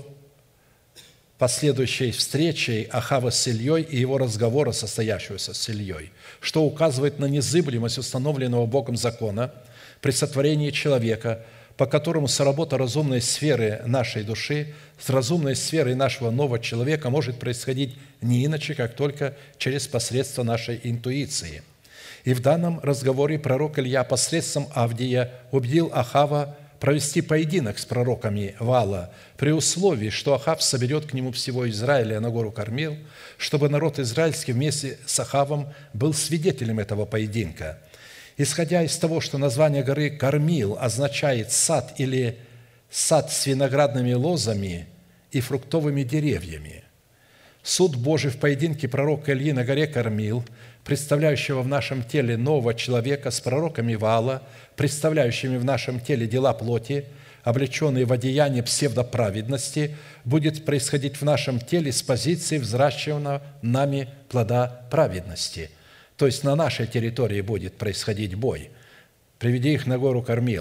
последующей встречей Ахава с Ильей и его разговора, состоявшегося с Ильей, что указывает на незыблемость установленного Богом закона при сотворении человека, по которому соработа разумной сферы нашей души с разумной сферой нашего нового человека может происходить не иначе, как только через посредство нашей интуиции. И в данном разговоре пророк Илья посредством Авдия убедил Ахава провести поединок с пророками Ваала при условии, что Ахав соберет к нему всего Израиля на гору Кармил, чтобы народ израильский вместе с Ахавом был свидетелем этого поединка. Исходя из того, что название горы Кармил означает «сад» или «сад с виноградными лозами и фруктовыми деревьями», суд Божий в поединке пророка Ильи на горе Кармил, представляющего в нашем теле нового человека с пророками Ваала, представляющими в нашем теле дела плоти, облеченные в одеяние псевдоправедности, будет происходить в нашем теле с позиции взращиваемого нами плода праведности. То есть на нашей территории будет происходить бой. Приведи их на гору Кармил.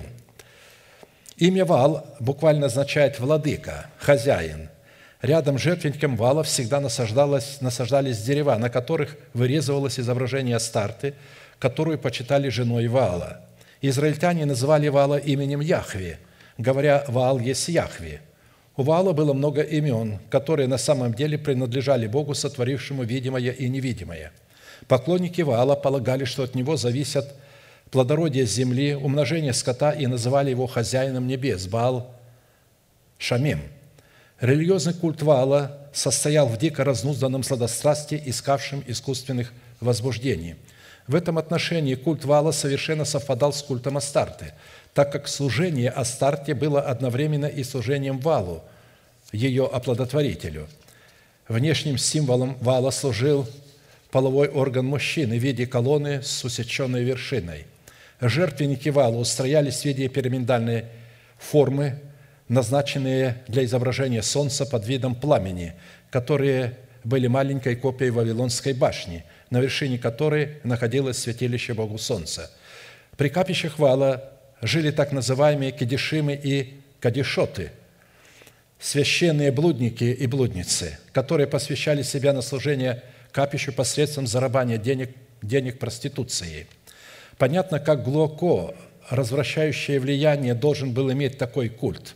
Имя Ваал буквально означает «владыка», «хозяин». Рядом с жертвенником Ваала всегда насаждалось, насаждались дерева, на которых вырезывалось изображение Астарты, которую почитали женой Ваала. Израильтяне называли Ваала именем Яхве, говоря: «Ваал есть Яхве». У Ваала было много имен, которые на самом деле принадлежали Богу, сотворившему видимое и невидимое. Поклонники Ваала полагали, что от него зависят плодородие земли, умножение скота, и называли его хозяином небес – Баал Шамим. Религиозный культ Ваала состоял в дико разнузданном сладострастии, искавшем искусственных возбуждений. В этом отношении культ Ваала совершенно совпадал с культом Астарты, так как служение Астарте было одновременно и служением Ваалу, ее оплодотворителю. Внешним символом Ваала служил половой орган мужчины в виде колонны с усеченной вершиной. Жертвенники Ваала устроялись в виде пирамидальной формы, назначенные для изображения солнца под видом пламени, которые были маленькой копией Вавилонской башни, на вершине которой находилось святилище Богу Солнца. При капищах Ваала жили так называемые кедишимы и кадишоты, священные блудники и блудницы, которые посвящали себя на служение капищу посредством зарабатывания денег, денег проституцией. Понятно, как глубоко развращающее влияние должен был иметь такой культ,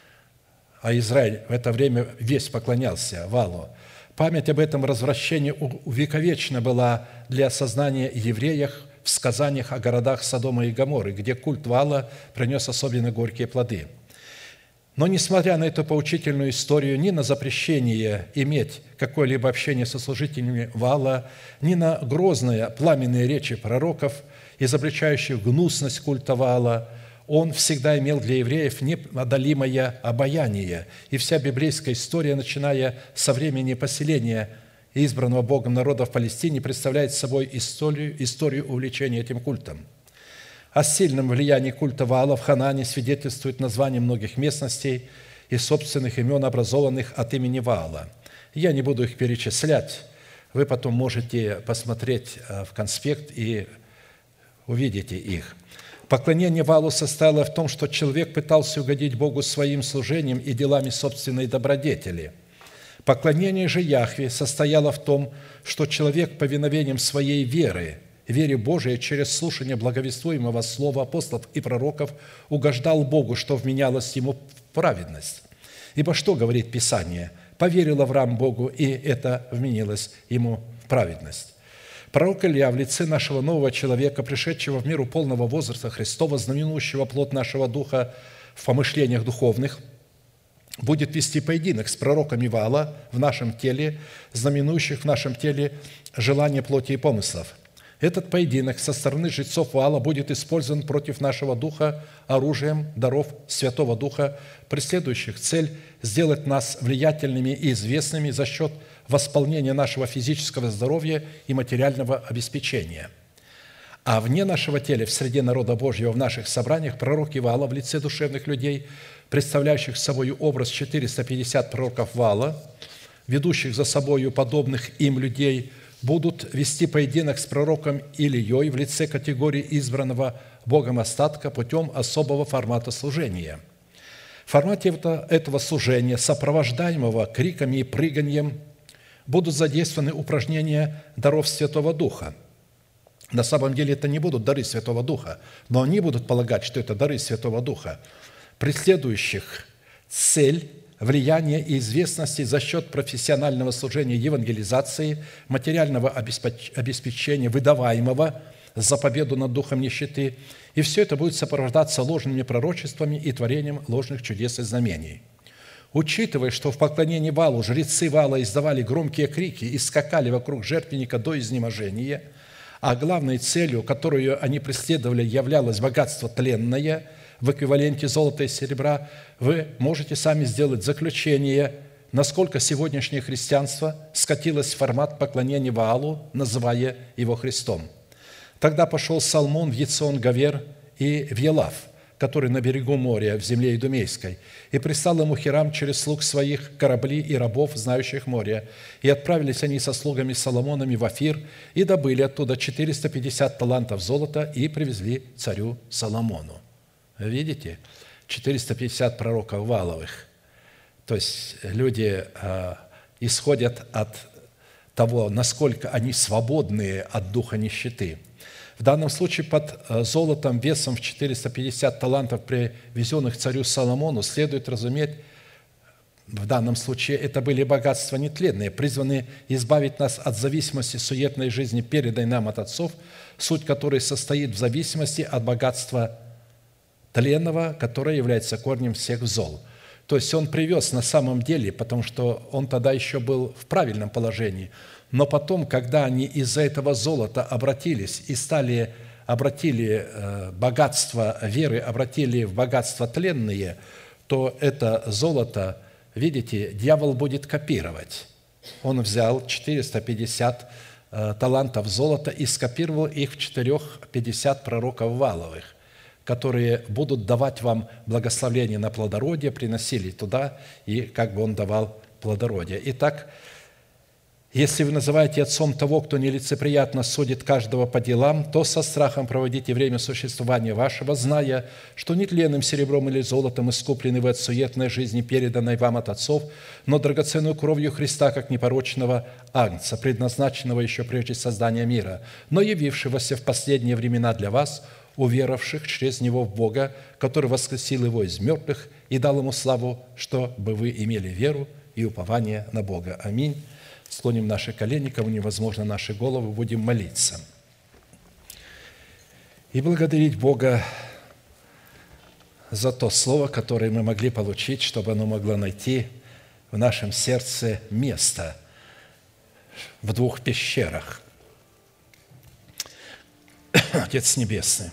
а Израиль в это время весь поклонялся Ваалу. Память об этом развращении увековечена была для осознания евреев в сказаниях о городах Содома и Гоморры, где культ Ваала принес особенно горькие плоды. Но, несмотря на эту поучительную историю, ни на запрещение иметь какое-либо общение со служителями Ваала, ни на грозные пламенные речи пророков, изобличающих гнусность культа Ваала, он всегда имел для евреев непреодолимое обаяние. И вся библейская история, начиная со времени поселения избранного Богом народа в Палестине представляет собой историю, историю увлечения этим культом. О сильном влиянии культа Ваала в Ханаане свидетельствует название многих местностей и собственных имен, образованных от имени Ваала. Я не буду их перечислять. Вы потом можете посмотреть в конспект и увидите их. Поклонение Ваалу состояло в том, что человек пытался угодить Богу своим служением и делами собственной добродетели. Поклонение же Яхве состояло в том, что человек повиновением своей веры, вере Божией через слушание благовествуемого слова апостолов и пророков угождал Богу, что вменялось ему в праведность. Ибо что говорит Писание? «Поверил Авраам Богу, и это вменилось ему в праведность». Пророк Илья в лице нашего нового человека, пришедшего в меру полного возраста Христова, знаменующего плод нашего духа в помышлениях духовных, будет вести поединок с пророками Ваала в нашем теле, знаменующих в нашем теле желание плоти и помыслов. Этот поединок со стороны жрецов Ваала будет использован против нашего духа оружием даров Святого Духа, преследующих цель сделать нас влиятельными и известными за счет восполнения нашего физического здоровья и материального обеспечения. А вне нашего тела, в среде народа Божьего, в наших собраниях, пророки Ваала в лице душевных людей, представляющих собой образ четыреста пятьдесят пророков Ваала, ведущих за собою подобных им людей, будут вести поединок с пророком Илией в лице категории избранного Богом остатка путем особого формата служения. В формате этого служения, сопровождаемого криками и прыганием, будут задействованы упражнения даров Святого Духа. На самом деле это не будут дары Святого Духа, но они будут полагать, что это дары Святого Духа, преследующих цель влияния и известности за счет профессионального служения евангелизации, материального обеспечения, выдаваемого за победу над духом нищеты. И все это будет сопровождаться ложными пророчествами и творением ложных чудес и знамений. Учитывая, что в поклонении Ваалу жрецы Ваала издавали громкие крики и скакали вокруг жертвенника до изнеможения, а главной целью, которую они преследовали, являлось богатство тленное в эквиваленте золота и серебра, вы можете сами сделать заключение, насколько сегодняшнее христианство скатилось в формат поклонения Ваалу, называя его Христом. Тогда пошел Соломон в Ецон-Гавер и в Елав, который на берегу моря, в земле Идумейской, и прислал ему Хирам через слуг своих корабли и рабов, знающих море. И отправились они со слугами Соломонами в Афир, и добыли оттуда четыреста пятьдесят талантов золота, и привезли царю Соломону. Видите? четыреста пятьдесят пророков Вааловых. То есть люди э, исходят от того, насколько они свободные от духа нищеты. В данном случае под золотом весом в четыреста пятьдесят талантов, привезенных царю Соломону, следует разуметь, в данном случае это были богатства нетленные, призванные избавить нас от зависимости суетной жизни, переданной нам от отцов, суть которой состоит в зависимости от богатства тленного, которое является корнем всех зол. То есть он привез на самом деле, потому что он тогда еще был в правильном положении, но потом, когда они из-за этого золота обратились и стали, обратили богатство веры, обратили в богатство тленные, то это золото, видите, дьявол будет копировать. Он взял четыреста пятьдесят талантов золота и скопировал их в четыреста пятьдесят пророков Вааловых, которые будут давать вам благословение на плодородие, приносили туда, и как бы он давал плодородие. Итак, если вы называете отцом того, кто нелицеприятно судит каждого по делам, то со страхом проводите время существования вашего, зная, что не тленным серебром или золотом искуплены вы от суетной жизни, переданной вам от отцов, но драгоценную кровью Христа, как непорочного агнца, предназначенного еще прежде создания мира, но явившегося в последние времена для вас, уверовавших через Него в Бога, который воскресил Его из мертвых и дал Ему славу, чтобы вы имели веру и упование на Бога. Аминь. Склоним наши колени, кому невозможно наши головы, будем молиться. И благодарить Бога за то слово, которое мы могли получить, чтобы оно могло найти в нашем сердце место в двух пещерах. Отец Небесный,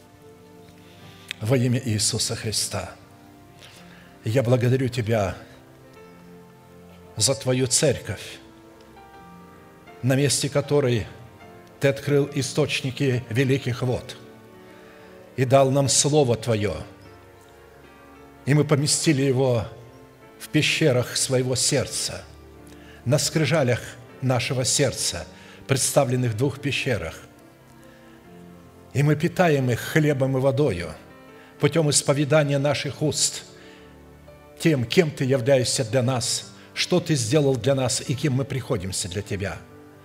во имя Иисуса Христа, я благодарю Тебя за Твою церковь, на месте которой Ты открыл источники великих вод и дал нам Слово Твое, и мы поместили его в пещерах своего сердца, на скрижалях нашего сердца, представленных в двух пещерах. И мы питаем их хлебом и водою путем исповедания наших уст, тем, кем Ты являешься для нас, что Ты сделал для нас и кем мы приходимся для Тебя.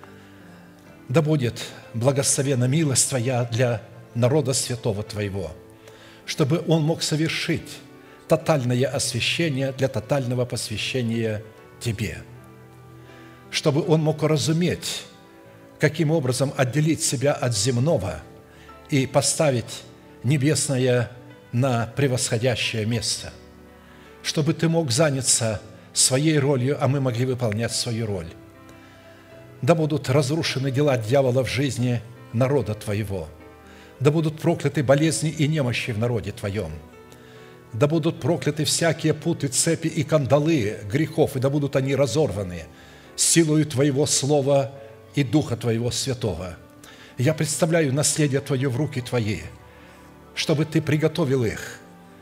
Да будет благословена милость Твоя для народа святого Твоего, чтобы он мог совершить тотальное освящение для тотального посвящения Тебе, чтобы он мог разуметь, каким образом отделить себя от земного и поставить небесное на превосходящее место, чтобы Ты мог заняться своей ролью, а мы могли выполнять свою роль. Да будут разрушены дела дьявола в жизни народа Твоего, да будут прокляты болезни и немощи в народе Твоем, да будут прокляты всякие путы, цепи и кандалы грехов, и да будут они разорваны силою Твоего Слова и Духа Твоего Святого. Я представляю наследие Твое в руки Твои, чтобы Ты приготовил их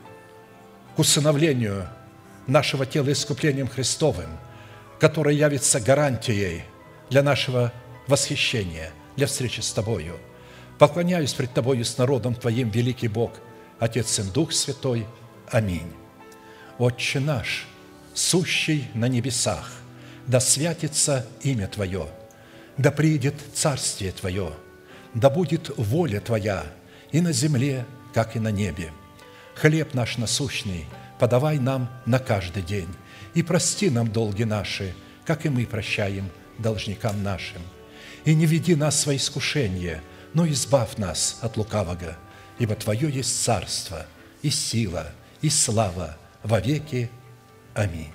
к усыновлению нашего тела искуплением Христовым, которое явится гарантией для нашего восхищения, для встречи с Тобою. Поклоняюсь пред Тобою с народом Твоим, великий Бог, Отец и Дух Святой. Аминь. Отче наш, сущий на небесах, да святится имя Твое, да приидет царствие Твое, да будет воля Твоя и на земле, как и на небе. Хлеб наш насущный подавай нам на каждый день, и прости нам долги наши, как и мы прощаем должникам нашим. И не веди нас во искушение, но избавь нас от лукавого, ибо Твое есть царство, и сила, и слава во веки. Аминь.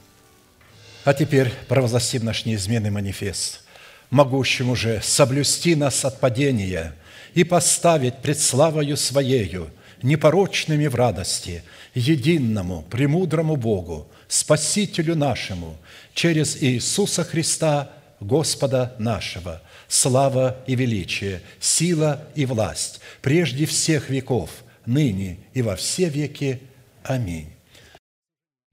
А теперь провозгласим наш неизменный манифест, могущему же соблюсти нас от падения и поставить пред славою Своею, непорочными в радости, единому, премудрому Богу, Спасителю нашему, через Иисуса Христа, Господа нашего, слава и величие, сила и власть, прежде всех веков, ныне и во все веки. Аминь.